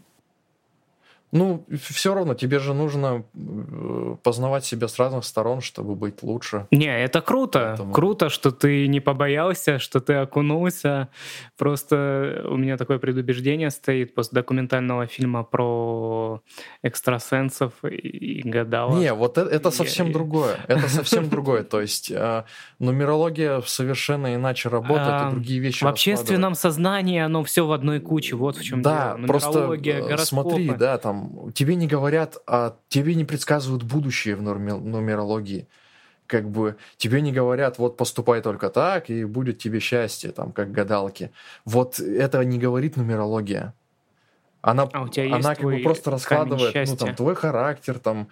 B: Ну, все равно, тебе же нужно познавать себя с разных сторон, чтобы быть лучше.
A: Не, это круто.
B: Поэтому-
A: Круто, что ты не побоялся, что ты окунулся. Просто у меня такое предубеждение стоит после документального фильма про экстрасенсов и гадалок.
B: Не, вот это
A: Я-
B: совсем другое. Это совсем другое. То есть нумерология совершенно иначе работает, и другие вещи
A: В общественном сознании оно все в одной куче. Вот в чем
B: Да,
A: дело.
B: просто
A: Нумерология, гороскопы.
B: смотри, да, там тебе не говорят, тебе не предсказывают будущее в нумерологии. Как бы тебе не говорят, вот поступай только так, и будет тебе счастье, там, как гадалки. Вот это не говорит нумерология. Она
A: А у тебя есть
B: как бы
A: твой
B: просто
A: камень
B: раскладывает,
A: счастья?
B: там, твой характер, там,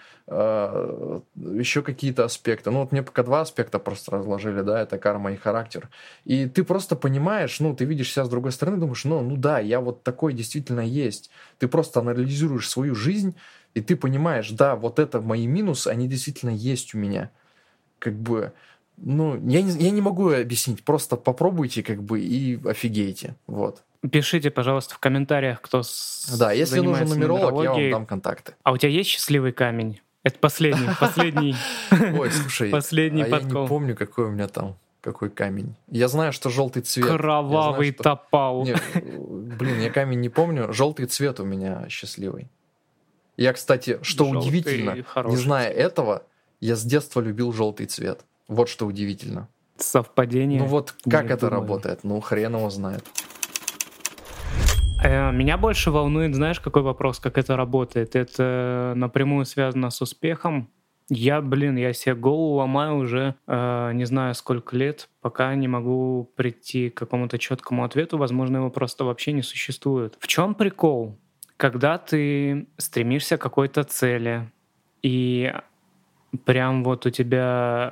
B: еще какие-то аспекты. Ну, вот мне пока 2 аспекта просто разложили, да, это карма и характер. И ты просто понимаешь, ты видишь себя с другой стороны, думаешь, да, я вот такой действительно есть. Ты просто анализируешь свою жизнь, и ты понимаешь, да, вот это мои минусы, они действительно есть у меня. Как бы, я не могу объяснить, просто попробуйте, как бы, и офигейте, вот.
A: Пишите, пожалуйста, в комментариях, кто
B: Да, если нужен
A: занимается
B: нумеролог, я вам
A: нумерологией.
B: дам контакты.
A: А у тебя есть счастливый камень? Это последний
B: Ой, слушай,
A: последний
B: я не
A: подкол.
B: помню, какой у меня там, какой камень. Я знаю, что желтый цвет.
A: Кровавый
B: Я знаю, что-
A: топал.
B: Не, блин, я камень не помню. Желтый цвет у меня счастливый. Я, кстати, что
A: Желтый
B: удивительно, не
A: хороший
B: зная
A: цвет.
B: этого, я с детства любил желтый цвет. Вот что удивительно.
A: Совпадение.
B: Ну вот как
A: Не
B: это
A: думаю.
B: работает? Хрен его знает.
A: Меня больше волнует, знаешь, какой вопрос, как это работает? Это напрямую связано с успехом. Я себе голову ломаю уже не знаю сколько лет, пока не могу прийти к какому-то четкому ответу. Возможно, его просто вообще не существует. В чем прикол? Когда ты стремишься к какой-то цели, и прям вот у тебя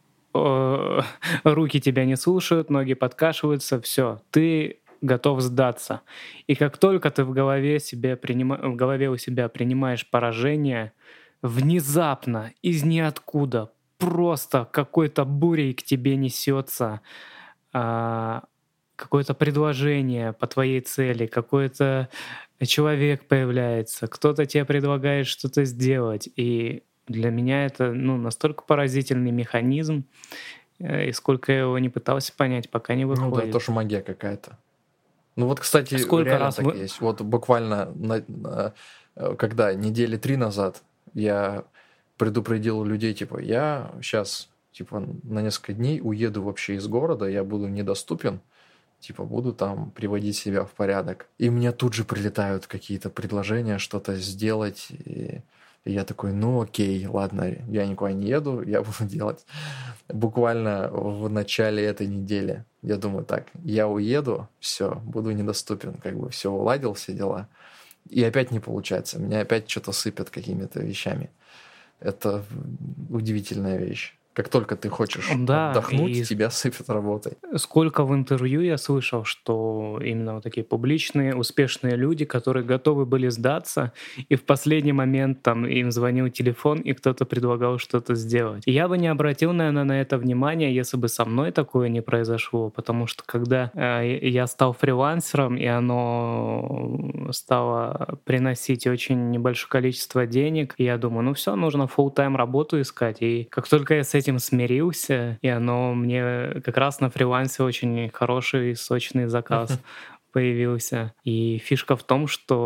A: руки тебя не слушают, ноги подкашиваются, все, ты готов сдаться. И как только ты в голове у себя принимаешь поражение, внезапно, из ниоткуда, просто какой-то бурей к тебе несется какое-то предложение по твоей цели, какой-то человек появляется, кто-то тебе предлагает что-то сделать. И для меня это настолько поразительный механизм, и сколько я его не пытался понять, пока не
B: Ну да,
A: выходит.
B: тоже магия какая-то. Ну вот, кстати,
A: Сколько
B: реально
A: раз
B: так
A: вы-
B: есть. Вот буквально, когда недели 3 назад я предупредил людей, типа, я сейчас, типа, на несколько дней уеду вообще из города, я буду недоступен, типа, буду там приводить себя в порядок. И мне тут же прилетают какие-то предложения что-то сделать, и я такой, окей, ладно, я никуда не еду, я буду делать. Буквально в начале этой недели я думаю, так, я уеду, все, буду недоступен, как бы все уладил, все дела. И опять не получается, меня опять что-то сыпят какими-то вещами. Это удивительная вещь. Как только ты хочешь
A: Да,
B: отдохнуть,
A: и
B: тебя сыпят работой.
A: сколько в интервью я слышал, что именно вот такие публичные, успешные люди, которые готовы были сдаться, и в последний момент там им звонил телефон, и кто-то предлагал что-то сделать. И я бы не обратил, наверное, на это внимание, если бы со мной такое не произошло, потому что когда я стал фрилансером, и оно стало приносить очень небольшое количество денег, и я думаю, все, нужно full-time работу искать. И как только я с этим смирился, и оно мне как раз на фрилансе очень хороший, сочный заказ появился. И фишка в том, что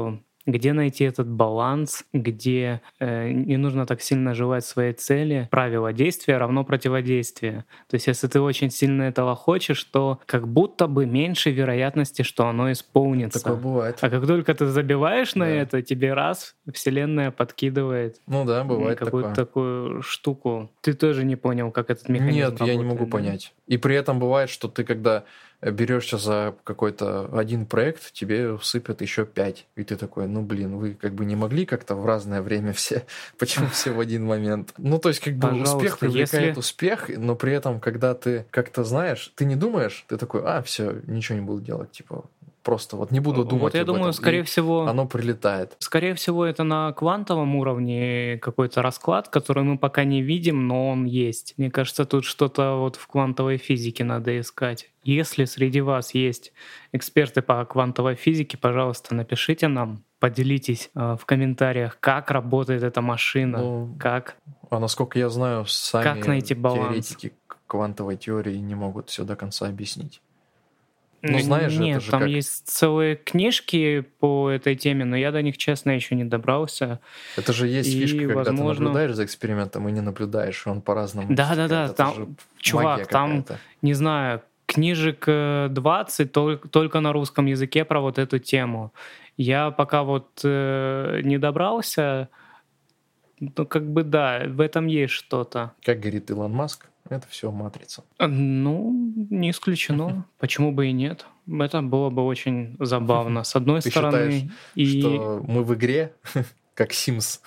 A: где найти этот баланс, где не нужно так сильно желать своей цели. Правило действия равно противодействие. То есть если ты очень сильно этого хочешь, то как будто бы меньше вероятности, что оно исполнится.
B: Такое бывает.
A: А как только ты забиваешь на
B: Да.
A: это, тебе раз Вселенная подкидывает
B: Ну да, бывает
A: какую-то
B: такое.
A: такую штуку. Ты тоже не понял, как этот механизм
B: Нет,
A: работает.
B: я не могу
A: да?
B: понять. И при этом бывает, что ты, когда берешься за какой-то один проект, тебе сыпят еще 5. И ты такой, ну блин, вы как бы не могли как-то в разное время все? Почему все в один момент? Ну, то есть, как бы
A: Пожалуйста,
B: успех привлекает
A: если-
B: успех, но при этом, когда ты как-то знаешь, ты не думаешь, ты такой, все, ничего не буду делать, типа, просто вот не буду думать
A: Вот я
B: об
A: думаю,
B: этом.
A: скорее
B: И
A: всего...
B: оно прилетает.
A: Скорее всего, это на квантовом уровне какой-то расклад, который мы пока не видим, но он есть. Мне кажется, тут что-то вот в квантовой физике надо искать. Если среди вас есть эксперты по квантовой физике, пожалуйста, напишите нам, поделитесь в комментариях, как работает эта машина,
B: Ну,
A: как...
B: А насколько я знаю, сами
A: Как найти баланс?
B: теоретики квантовой теории не могут все до конца объяснить. Ну, знаешь же,
A: Нет,
B: это же
A: там
B: как...
A: есть целые книжки по этой теме, но я до них, честно, еще не добрался.
B: Это же есть
A: И,
B: фишка, когда
A: возможно-
B: ты наблюдаешь за экспериментом и не наблюдаешь, и он по-разному
A: Да-да-да,
B: протекает. Это
A: там,
B: же
A: чувак,
B: магия
A: там,
B: какая-то.
A: не знаю, книжек 20 только на русском языке про вот эту тему. Я пока вот не добрался, ну как бы да, в этом есть что-то.
B: Как говорит Илон Маск, это все матрица.
A: Ну, не исключено. Почему бы и нет? Это было бы очень забавно. С одной
B: Ты
A: стороны,
B: считаешь,
A: и
B: что мы в игре, как Sims?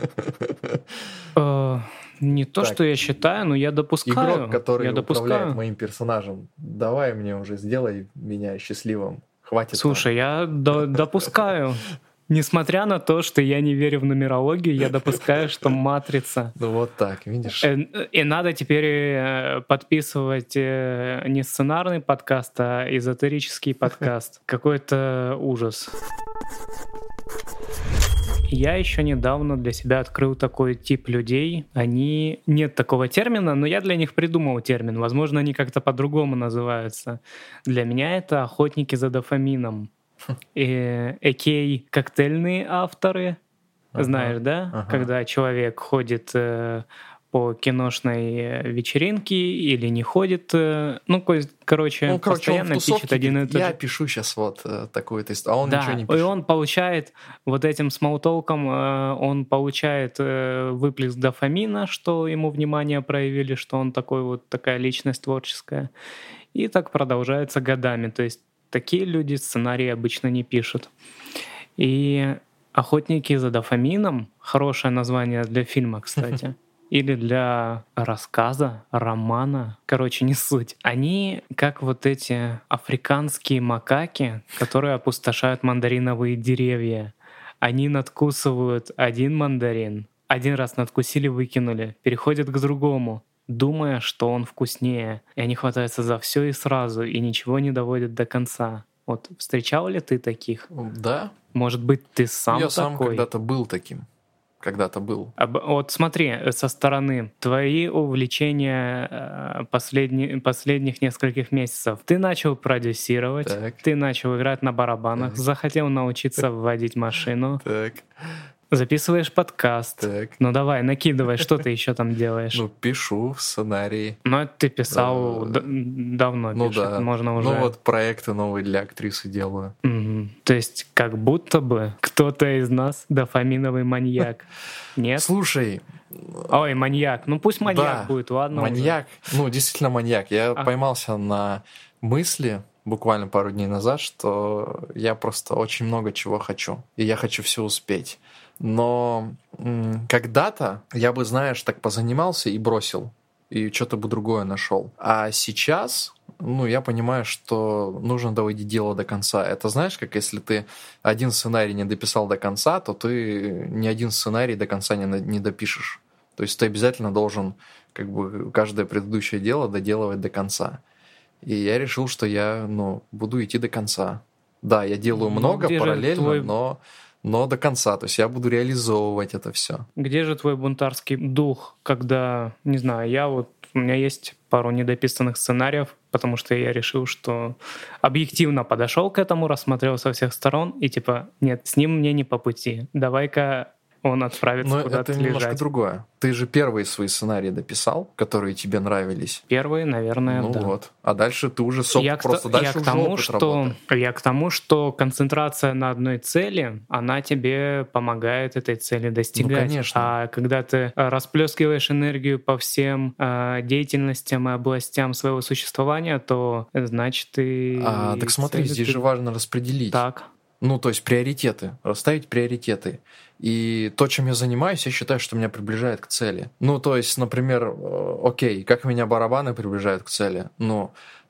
A: не то,
B: Так.
A: что я считаю, но я допускаю.
B: Игрок, который
A: я
B: управляет
A: допускаю.
B: моим персонажем, давай мне уже, сделай меня счастливым. Хватит.
A: Слушай, я допускаю. Несмотря на то, что я не верю в нумерологию, я допускаю, что матрица.
B: Ну вот так, видишь?
A: И надо теперь подписывать не сценарный подкаст, а эзотерический подкаст. Какой-то ужас. Я еще недавно для себя открыл такой тип людей. Нет такого термина, но я для них придумал термин. Возможно, они как-то по-другому называются. Для меня это охотники за дофамином. Коктейльные авторы.
B: Ага,
A: Знаешь, да?
B: ага.
A: Когда человек ходит по киношной вечеринке или не ходит. Короче,
B: В
A: постоянно пишет
B: тусовке
A: один и
B: говорит,
A: тот
B: я
A: же.
B: пишу сейчас вот такую-то историю, а он
A: Да,
B: ничего не
A: и
B: пишет.
A: он получает вот этим смолтолком, он получает выплеск дофамина, что ему внимание проявили, что он такая личность творческая. И так продолжается годами. То есть такие люди сценарии обычно не пишут. И «Охотники за дофамином» — хорошее название для фильма, кстати. Или для рассказа, романа. Короче, не суть. Они как вот эти африканские макаки, которые опустошают мандариновые деревья. Они надкусывают один мандарин, один раз надкусили, выкинули, переходят к другому, думая, что он вкуснее. И они хватаются за все и сразу, и ничего не доводят до конца. Вот встречал ли ты таких?
B: Да,
A: Может быть, ты сам
B: я сам
A: такой?
B: когда-то был таким. Когда-то был.
A: Вот смотри, со стороны, твои увлечения последних нескольких месяцев. Ты начал продюсировать,
B: Так.
A: ты начал играть на барабанах,
B: Так.
A: захотел научиться водить машину,
B: Так,
A: записываешь подкаст.
B: так.
A: Ну давай, накидывай, что ты еще там делаешь?
B: Ну, пишу сценарии.
A: Ну это ты писал давно,
B: Ну
A: пишешь,
B: да.
A: можно уже...
B: Ну вот проекты новые для актрисы делаю.
A: Мгм. То есть как будто бы кто-то из нас дофаминовый маньяк. Нет?
B: Слушай,
A: Ой, маньяк. Ну пусть маньяк
B: да,
A: будет, ладно уже.
B: маньяк. Ну, действительно маньяк. Я поймался на мысли буквально пару дней назад, что я просто очень много чего хочу. И я хочу все успеть. Но когда-то я бы, знаешь, так позанимался и бросил. И что-то бы другое нашел. А сейчас, я понимаю, что нужно доводить дело до конца. Это знаешь, как если ты один сценарий не дописал до конца, то ты ни один сценарий до конца не допишешь. То есть ты обязательно должен как бы каждое предыдущее дело доделывать до конца. И я решил, что я буду идти до конца. Да, я делаю много
A: где же
B: параллельно,
A: твой-
B: но но до конца. То есть я буду реализовывать это все.
A: Где же твой бунтарский дух, когда, не знаю, у меня есть пару недописанных сценариев, потому что я решил, что объективно подошел к этому, рассмотрел со всех сторон и типа, нет, с ним мне не по пути. Давай-ка он отправится
B: Но
A: куда-то
B: это
A: лежать.
B: немножко другое. Ты же первые свои сценарии дописал, которые тебе нравились.
A: Первые, наверное,
B: Ну
A: да.
B: вот. А дальше ты уже
A: Я
B: просто
A: к
B: дальше уже
A: тому,
B: опыт работы.
A: я к тому, что концентрация на одной цели, она тебе помогает этой цели достигать.
B: конечно.
A: А когда ты расплескиваешь энергию по всем деятельностям и областям своего существования, то значит ты...
B: Так смотри,
A: цели
B: здесь
A: ты-
B: же важно распределить.
A: Так.
B: Ну, то есть приоритеты, расставить приоритеты. И то, чем я занимаюсь, я считаю, что меня приближает к цели. Ну, то есть, например, окей, как меня барабаны приближают к цели? Ну,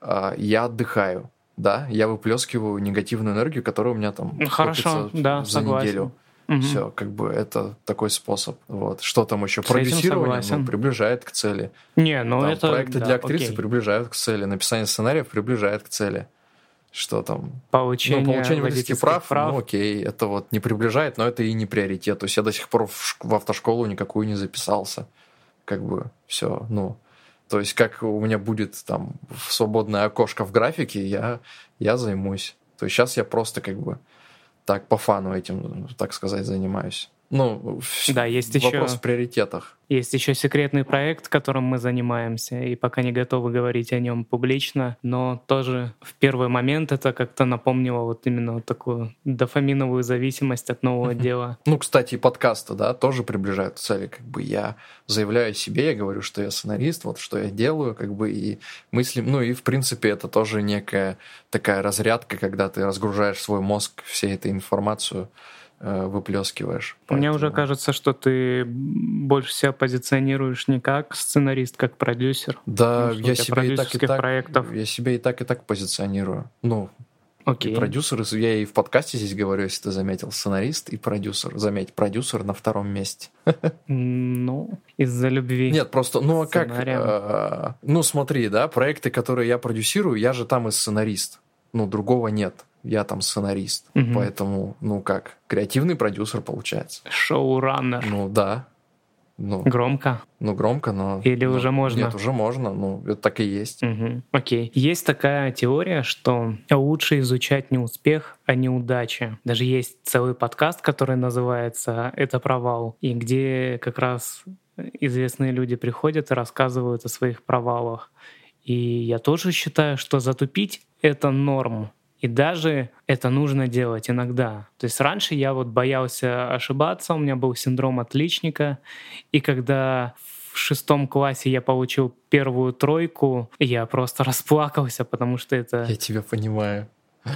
B: я отдыхаю, да, я выплескиваю негативную энергию, которая у меня там
A: Хорошо,
B: копится
A: да,
B: за
A: согласен.
B: неделю.
A: Мгм.
B: Все, как бы это такой способ. Вот. Что там еще?
A: С этим
B: Продюсирование
A: согласен.
B: приближает к цели.
A: Не, ну
B: Там,
A: это...
B: проекты
A: да,
B: для актрисы
A: окей.
B: приближают к цели. Написание сценариев приближает к цели. Что там?
A: Получение,
B: Получение водительских прав,
A: прав.
B: ну окей, это вот не приближает, но это и не приоритет. То есть я до сих пор в автошколу никакую не записался. Как бы все, ну... То есть как у меня будет там свободное окошко в графике, я займусь. То есть сейчас я просто как бы так по фану этим, так сказать, занимаюсь. Ну,
A: Да, есть
B: вопрос
A: еще...
B: в приоритетах.
A: Есть еще секретный проект, которым мы занимаемся, и пока не готовы говорить о нем публично, но тоже в первый момент это как-то напомнило вот именно вот такую дофаминовую зависимость от нового дела.
B: Ну, кстати, и подкасты, да, тоже приближают к цели. Как бы я заявляю о себе, я говорю, что я сценарист, вот что я делаю, как бы и мыслим. Ну, и в принципе это тоже некая такая разрядка, когда ты разгружаешь свой мозг всей этой информацию, выплескиваешь.
A: Мне уже кажется, что ты больше себя позиционируешь не как сценарист, как продюсер.
B: Да,
A: Потому что у
B: я
A: тебя
B: себя и так, и
A: продюсерских
B: так,
A: проектов.
B: я себя и так позиционирую. Ну,
A: Окей.
B: и продюсер, я и в подкасте здесь говорю, если ты заметил, сценарист и продюсер. Заметь, продюсер на втором месте.
A: Ну, из-за любви.
B: Нет, просто, ну а
A: сценариям.
B: как? Ну смотри, да, проекты, которые я продюсирую, я же там и сценарист. Ну, другого нет. Я там сценарист.
A: Мгм.
B: Поэтому, ну как, креативный продюсер получается.
A: Шоураннер.
B: Ну да. Ну
A: Громко.
B: громко, но...
A: Или
B: ну,
A: уже можно?
B: Нет, уже можно. Ну, это так и есть.
A: Мгм. Окей. Есть такая теория, что лучше изучать не успех, а неудачи. Даже есть целый подкаст, который называется «Это провал», и где как раз известные люди приходят и рассказывают о своих провалах. И я тоже считаю, что затупить — это норм. И даже это нужно делать иногда. То есть раньше я вот боялся ошибаться, у меня был синдром отличника, и когда в 6 классе я получил первую тройку, я просто расплакался, потому что это...
B: Я тебя понимаю.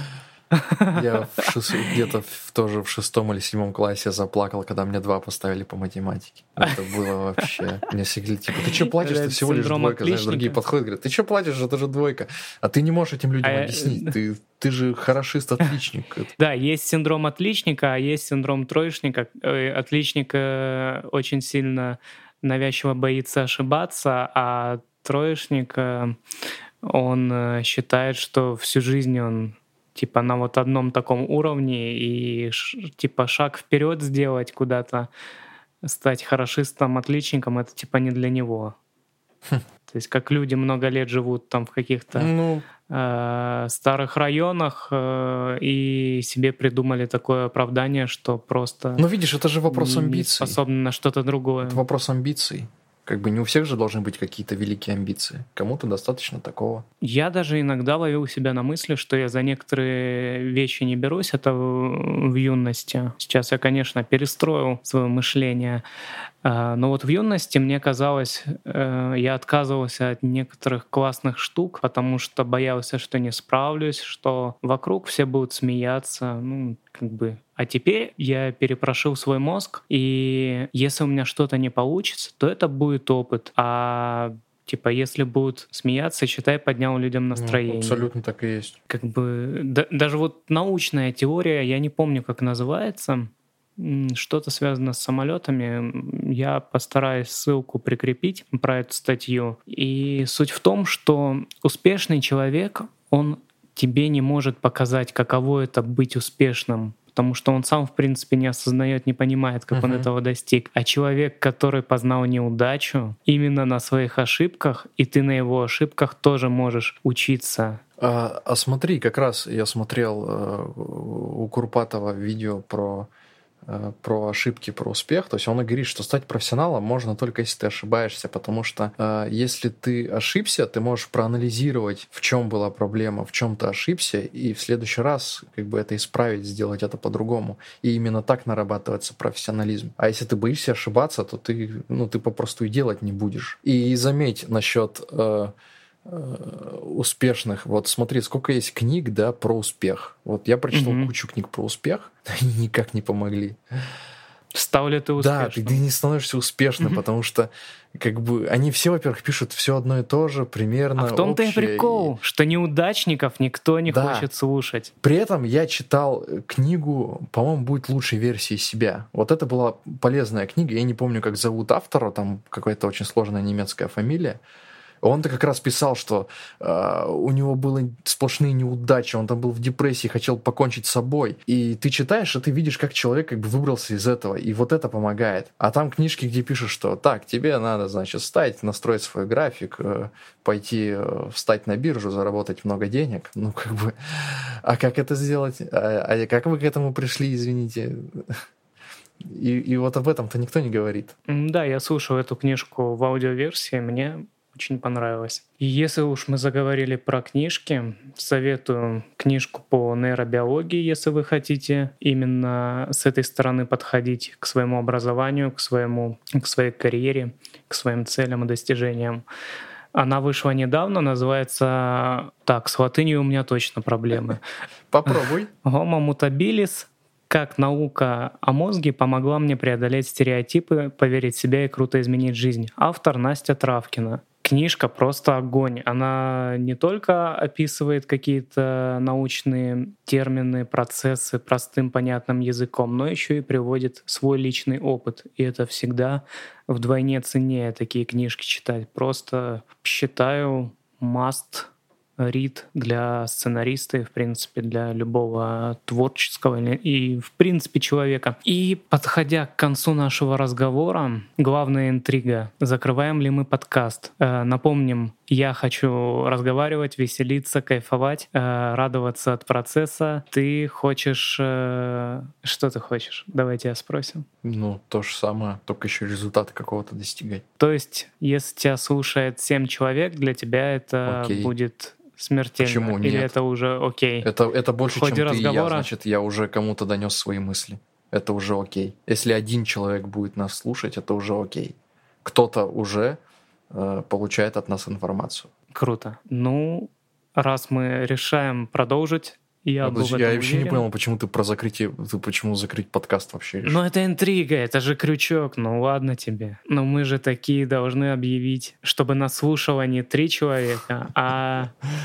B: Я где-то тоже в 6 или 7 классе заплакал, когда мне 2 поставили по математике. Это было вообще... Мне всегда типа, ты что плачешь?
A: Это
B: Ты всего лишь
A: синдром
B: двойка. Знаешь,
A: отличника.
B: другие подходят, говорят, ты что плачешь? Это же двойка. А ты не можешь этим людям
A: А я-
B: объяснить. Ты же хорошист-отличник.
A: Да, есть синдром отличника, а есть синдром троечника. Отличник очень сильно навязчиво боится ошибаться, а троечник, он считает, что всю жизнь он типа на вот одном таком уровне и типа шаг вперед сделать куда-то, стать хорошистом, отличником, это типа не для него. То есть как люди много лет живут там в каких-то
B: Ну,
A: старых районах и себе придумали такое оправдание, что просто
B: ну, видишь, это же вопрос
A: не
B: амбиций.
A: способны на что-то другое.
B: Это вопрос амбиций. Как бы не у всех же должны быть какие-то великие амбиции. Кому-то достаточно такого.
A: Я даже иногда ловил себя на мысли, что я за некоторые вещи не берусь. Это в юности. Сейчас я, конечно, перестроил свое мышление. Но вот в юности мне казалось, я отказывался от некоторых классных штук, потому что боялся, что не справлюсь, что вокруг все будут смеяться. Ну, как бы. А теперь я перепрошил свой мозг, и если у меня что-то не получится, то это будет опыт. А типа, если будут смеяться, считай, поднял людям настроение.
B: Ну, абсолютно так и есть.
A: Как бы даже вот научная теория, я не помню, как называется, что-то связано с самолетами. Я постараюсь ссылку прикрепить про эту статью. И суть в том, что успешный человек, он тебе не может показать, каково это быть успешным, потому что он сам, в принципе, не осознает, не понимает, как он этого достиг. А человек, который познал неудачу именно на своих ошибках, и ты на его ошибках тоже можешь учиться.
B: А смотри, как раз я смотрел у Курпатова видео про ошибки, про успех. То есть он и говорит, что стать профессионалом можно только если ты ошибаешься, потому что если ты ошибся, ты можешь проанализировать, в чем была проблема, в чем ты ошибся, и в следующий раз как бы это исправить, сделать это по-другому. И именно так нарабатывается профессионализм. А если ты боишься ошибаться, то ты попросту и делать не будешь. И заметь насчет успешных. Вот смотри, сколько есть книг, да, про успех. Вот я прочитал кучу книг про успех, они никак не помогли.
A: Стал ли ты успешным?
B: Да, ты не становишься успешным, потому что как бы они все, во-первых, пишут все одно и то же, примерно
A: общее. А в том-то и прикол, что неудачников никто не хочет слушать.
B: При этом я читал книгу, по-моему, «Будет лучшей версией себя». Вот это была полезная книга, я не помню, как зовут автора, там какая-то очень сложная немецкая фамилия. Он-то как раз писал, что у него были сплошные неудачи, он там был в депрессии, хотел покончить с собой. И ты читаешь, и ты видишь, как человек как бы выбрался из этого, и вот это помогает. А там книжки, где пишут, что так, тебе надо, значит, встать, настроить свой график, пойти встать на биржу, заработать много денег. Ну, как бы, а как это сделать? А как вы к этому пришли, извините? И вот об этом-то никто не говорит.
A: Да, я слушал эту книжку в аудиоверсии, мне очень понравилось. И если уж мы заговорили про книжки, советую книжку по нейробиологии, если вы хотите именно с этой стороны подходить к своему образованию, к своей карьере, к своим целям и достижениям. Она вышла недавно, называется... Так, с латынью у меня точно проблемы.
B: Попробуй.
A: Homo mutabilis. Как наука о мозге помогла мне преодолеть стереотипы, поверить в себя и круто изменить жизнь. Автор Настя Травкина. Книжка просто огонь. Она не только описывает какие-то научные термины, процессы простым понятным языком, но еще и приводит свой личный опыт. И это всегда вдвойне ценнее такие книжки читать. Просто считаю must read для сценариста и, в принципе, для любого творческого и, в принципе, человека. И, подходя к концу нашего разговора, главная интрига. Закрываем ли мы подкаст? Напомним, я хочу разговаривать, веселиться, кайфовать, радоваться от процесса. Ты хочешь... Что ты хочешь? Давайте я спросим.
B: Ну, то же самое, только еще результаты какого-то достигать.
A: То есть, если тебя слушает 7 человек, для тебя это будет... смертельно.
B: Почему нет?
A: Или это уже окей?
B: Это больше, чем ты
A: разговора...
B: и я, значит, я уже кому-то донес свои мысли. Это уже окей. Если один человек будет нас слушать, это уже окей. Кто-то уже получает от нас информацию.
A: Круто. Ну, раз мы решаем продолжить, я
B: вообще не понял, почему ты почему закрыть подкаст вообще решил?
A: Ну, это интрига, это же крючок, ну ладно тебе. Но мы же такие должны объявить, чтобы нас слушало не 3 человека, а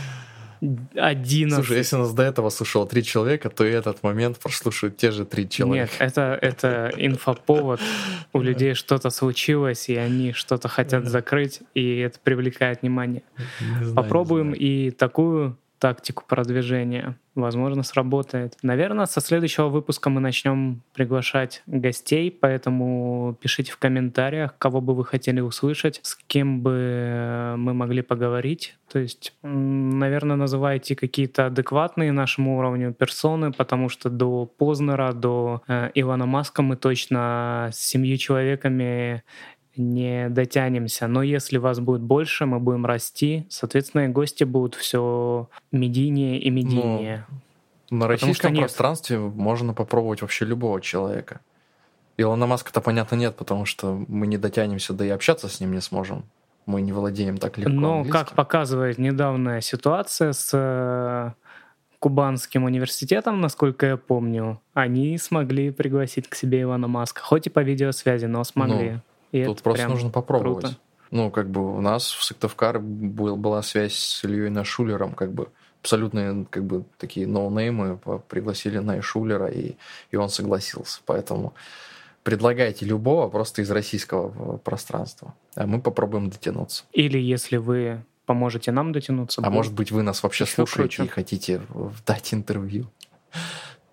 A: 11.
B: Слушай, если нас до этого слушало 3 человека, то и этот момент прослушают те же 3 человека.
A: Нет, это инфоповод. У людей что-то случилось, и они что-то хотят закрыть, и это привлекает внимание. Попробуем и такую тактику продвижения. Возможно, сработает. Наверное, со следующего выпуска мы начнем приглашать гостей, поэтому пишите в комментариях, кого бы вы хотели услышать, с кем бы мы могли поговорить. То есть, наверное, называйте какие-то адекватные нашему уровню персоны, потому что до Познера, до Илона Маска мы точно с 7 человеками не дотянемся. Но если вас будет больше, мы будем расти. Соответственно, и гости будут все медийнее и медийнее.
B: На российском пространстве можно попробовать вообще любого человека. Илона Маска-то, понятно, нет, потому что мы не дотянемся, да и общаться с ним не сможем. Мы не владеем так легко
A: Но,
B: английским.
A: как показывает недавняя ситуация с Кубанским университетом, насколько я помню, они смогли пригласить к себе Илона Маска. Хоть и по видеосвязи, но смогли. И
B: тут просто нужно попробовать.
A: Круто.
B: Ну, как бы у нас в Сыктывкаре была связь с Ильей Найшулером, как бы абсолютно как бы такие ноунеймы пригласили Найшулера, и он согласился. Поэтому предлагайте любого просто из российского пространства, а мы попробуем дотянуться.
A: Или если вы поможете нам дотянуться.
B: А может быть, вы нас вообще слушаете
A: круче.
B: и хотите дать интервью.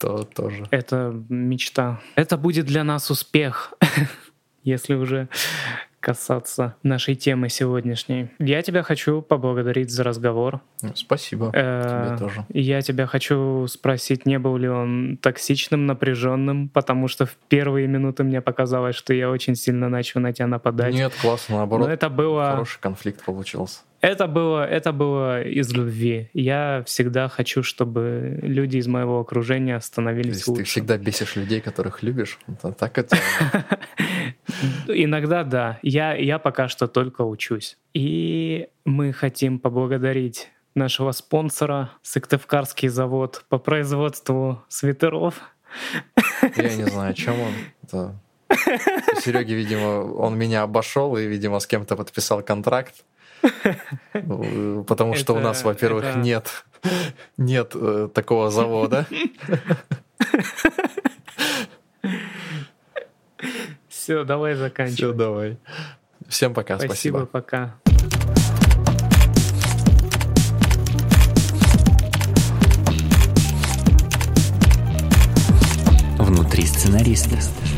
B: то тоже.
A: Это мечта. Это будет для нас успех, если уже касаться нашей темы сегодняшней. Я тебя хочу поблагодарить за разговор.
B: Спасибо. Тебе тоже.
A: Я тебя хочу спросить, не был ли он токсичным, напряженным, потому что в первые минуты мне показалось, что я очень сильно начал на тебя нападать.
B: Нет, классно, наоборот.
A: Но это было...
B: Хороший конфликт получился.
A: Это было из любви. Я всегда хочу, чтобы люди из моего окружения становились лучше.
B: Ты всегда бесишь людей, которых любишь? Так это...
A: Иногда да. Я пока что только учусь. И мы хотим поблагодарить нашего спонсора, Сыктывкарский завод по производству свитеров.
B: Я не знаю, о чем он. Сереги, видимо, он меня обошел и, видимо, с кем-то подписал контракт. Потому что у нас, во-первых, нет такого завода.
A: Все, давай заканчивай.
B: Все, давай. Всем пока, спасибо.
A: Пока.
C: Внутри сценариста.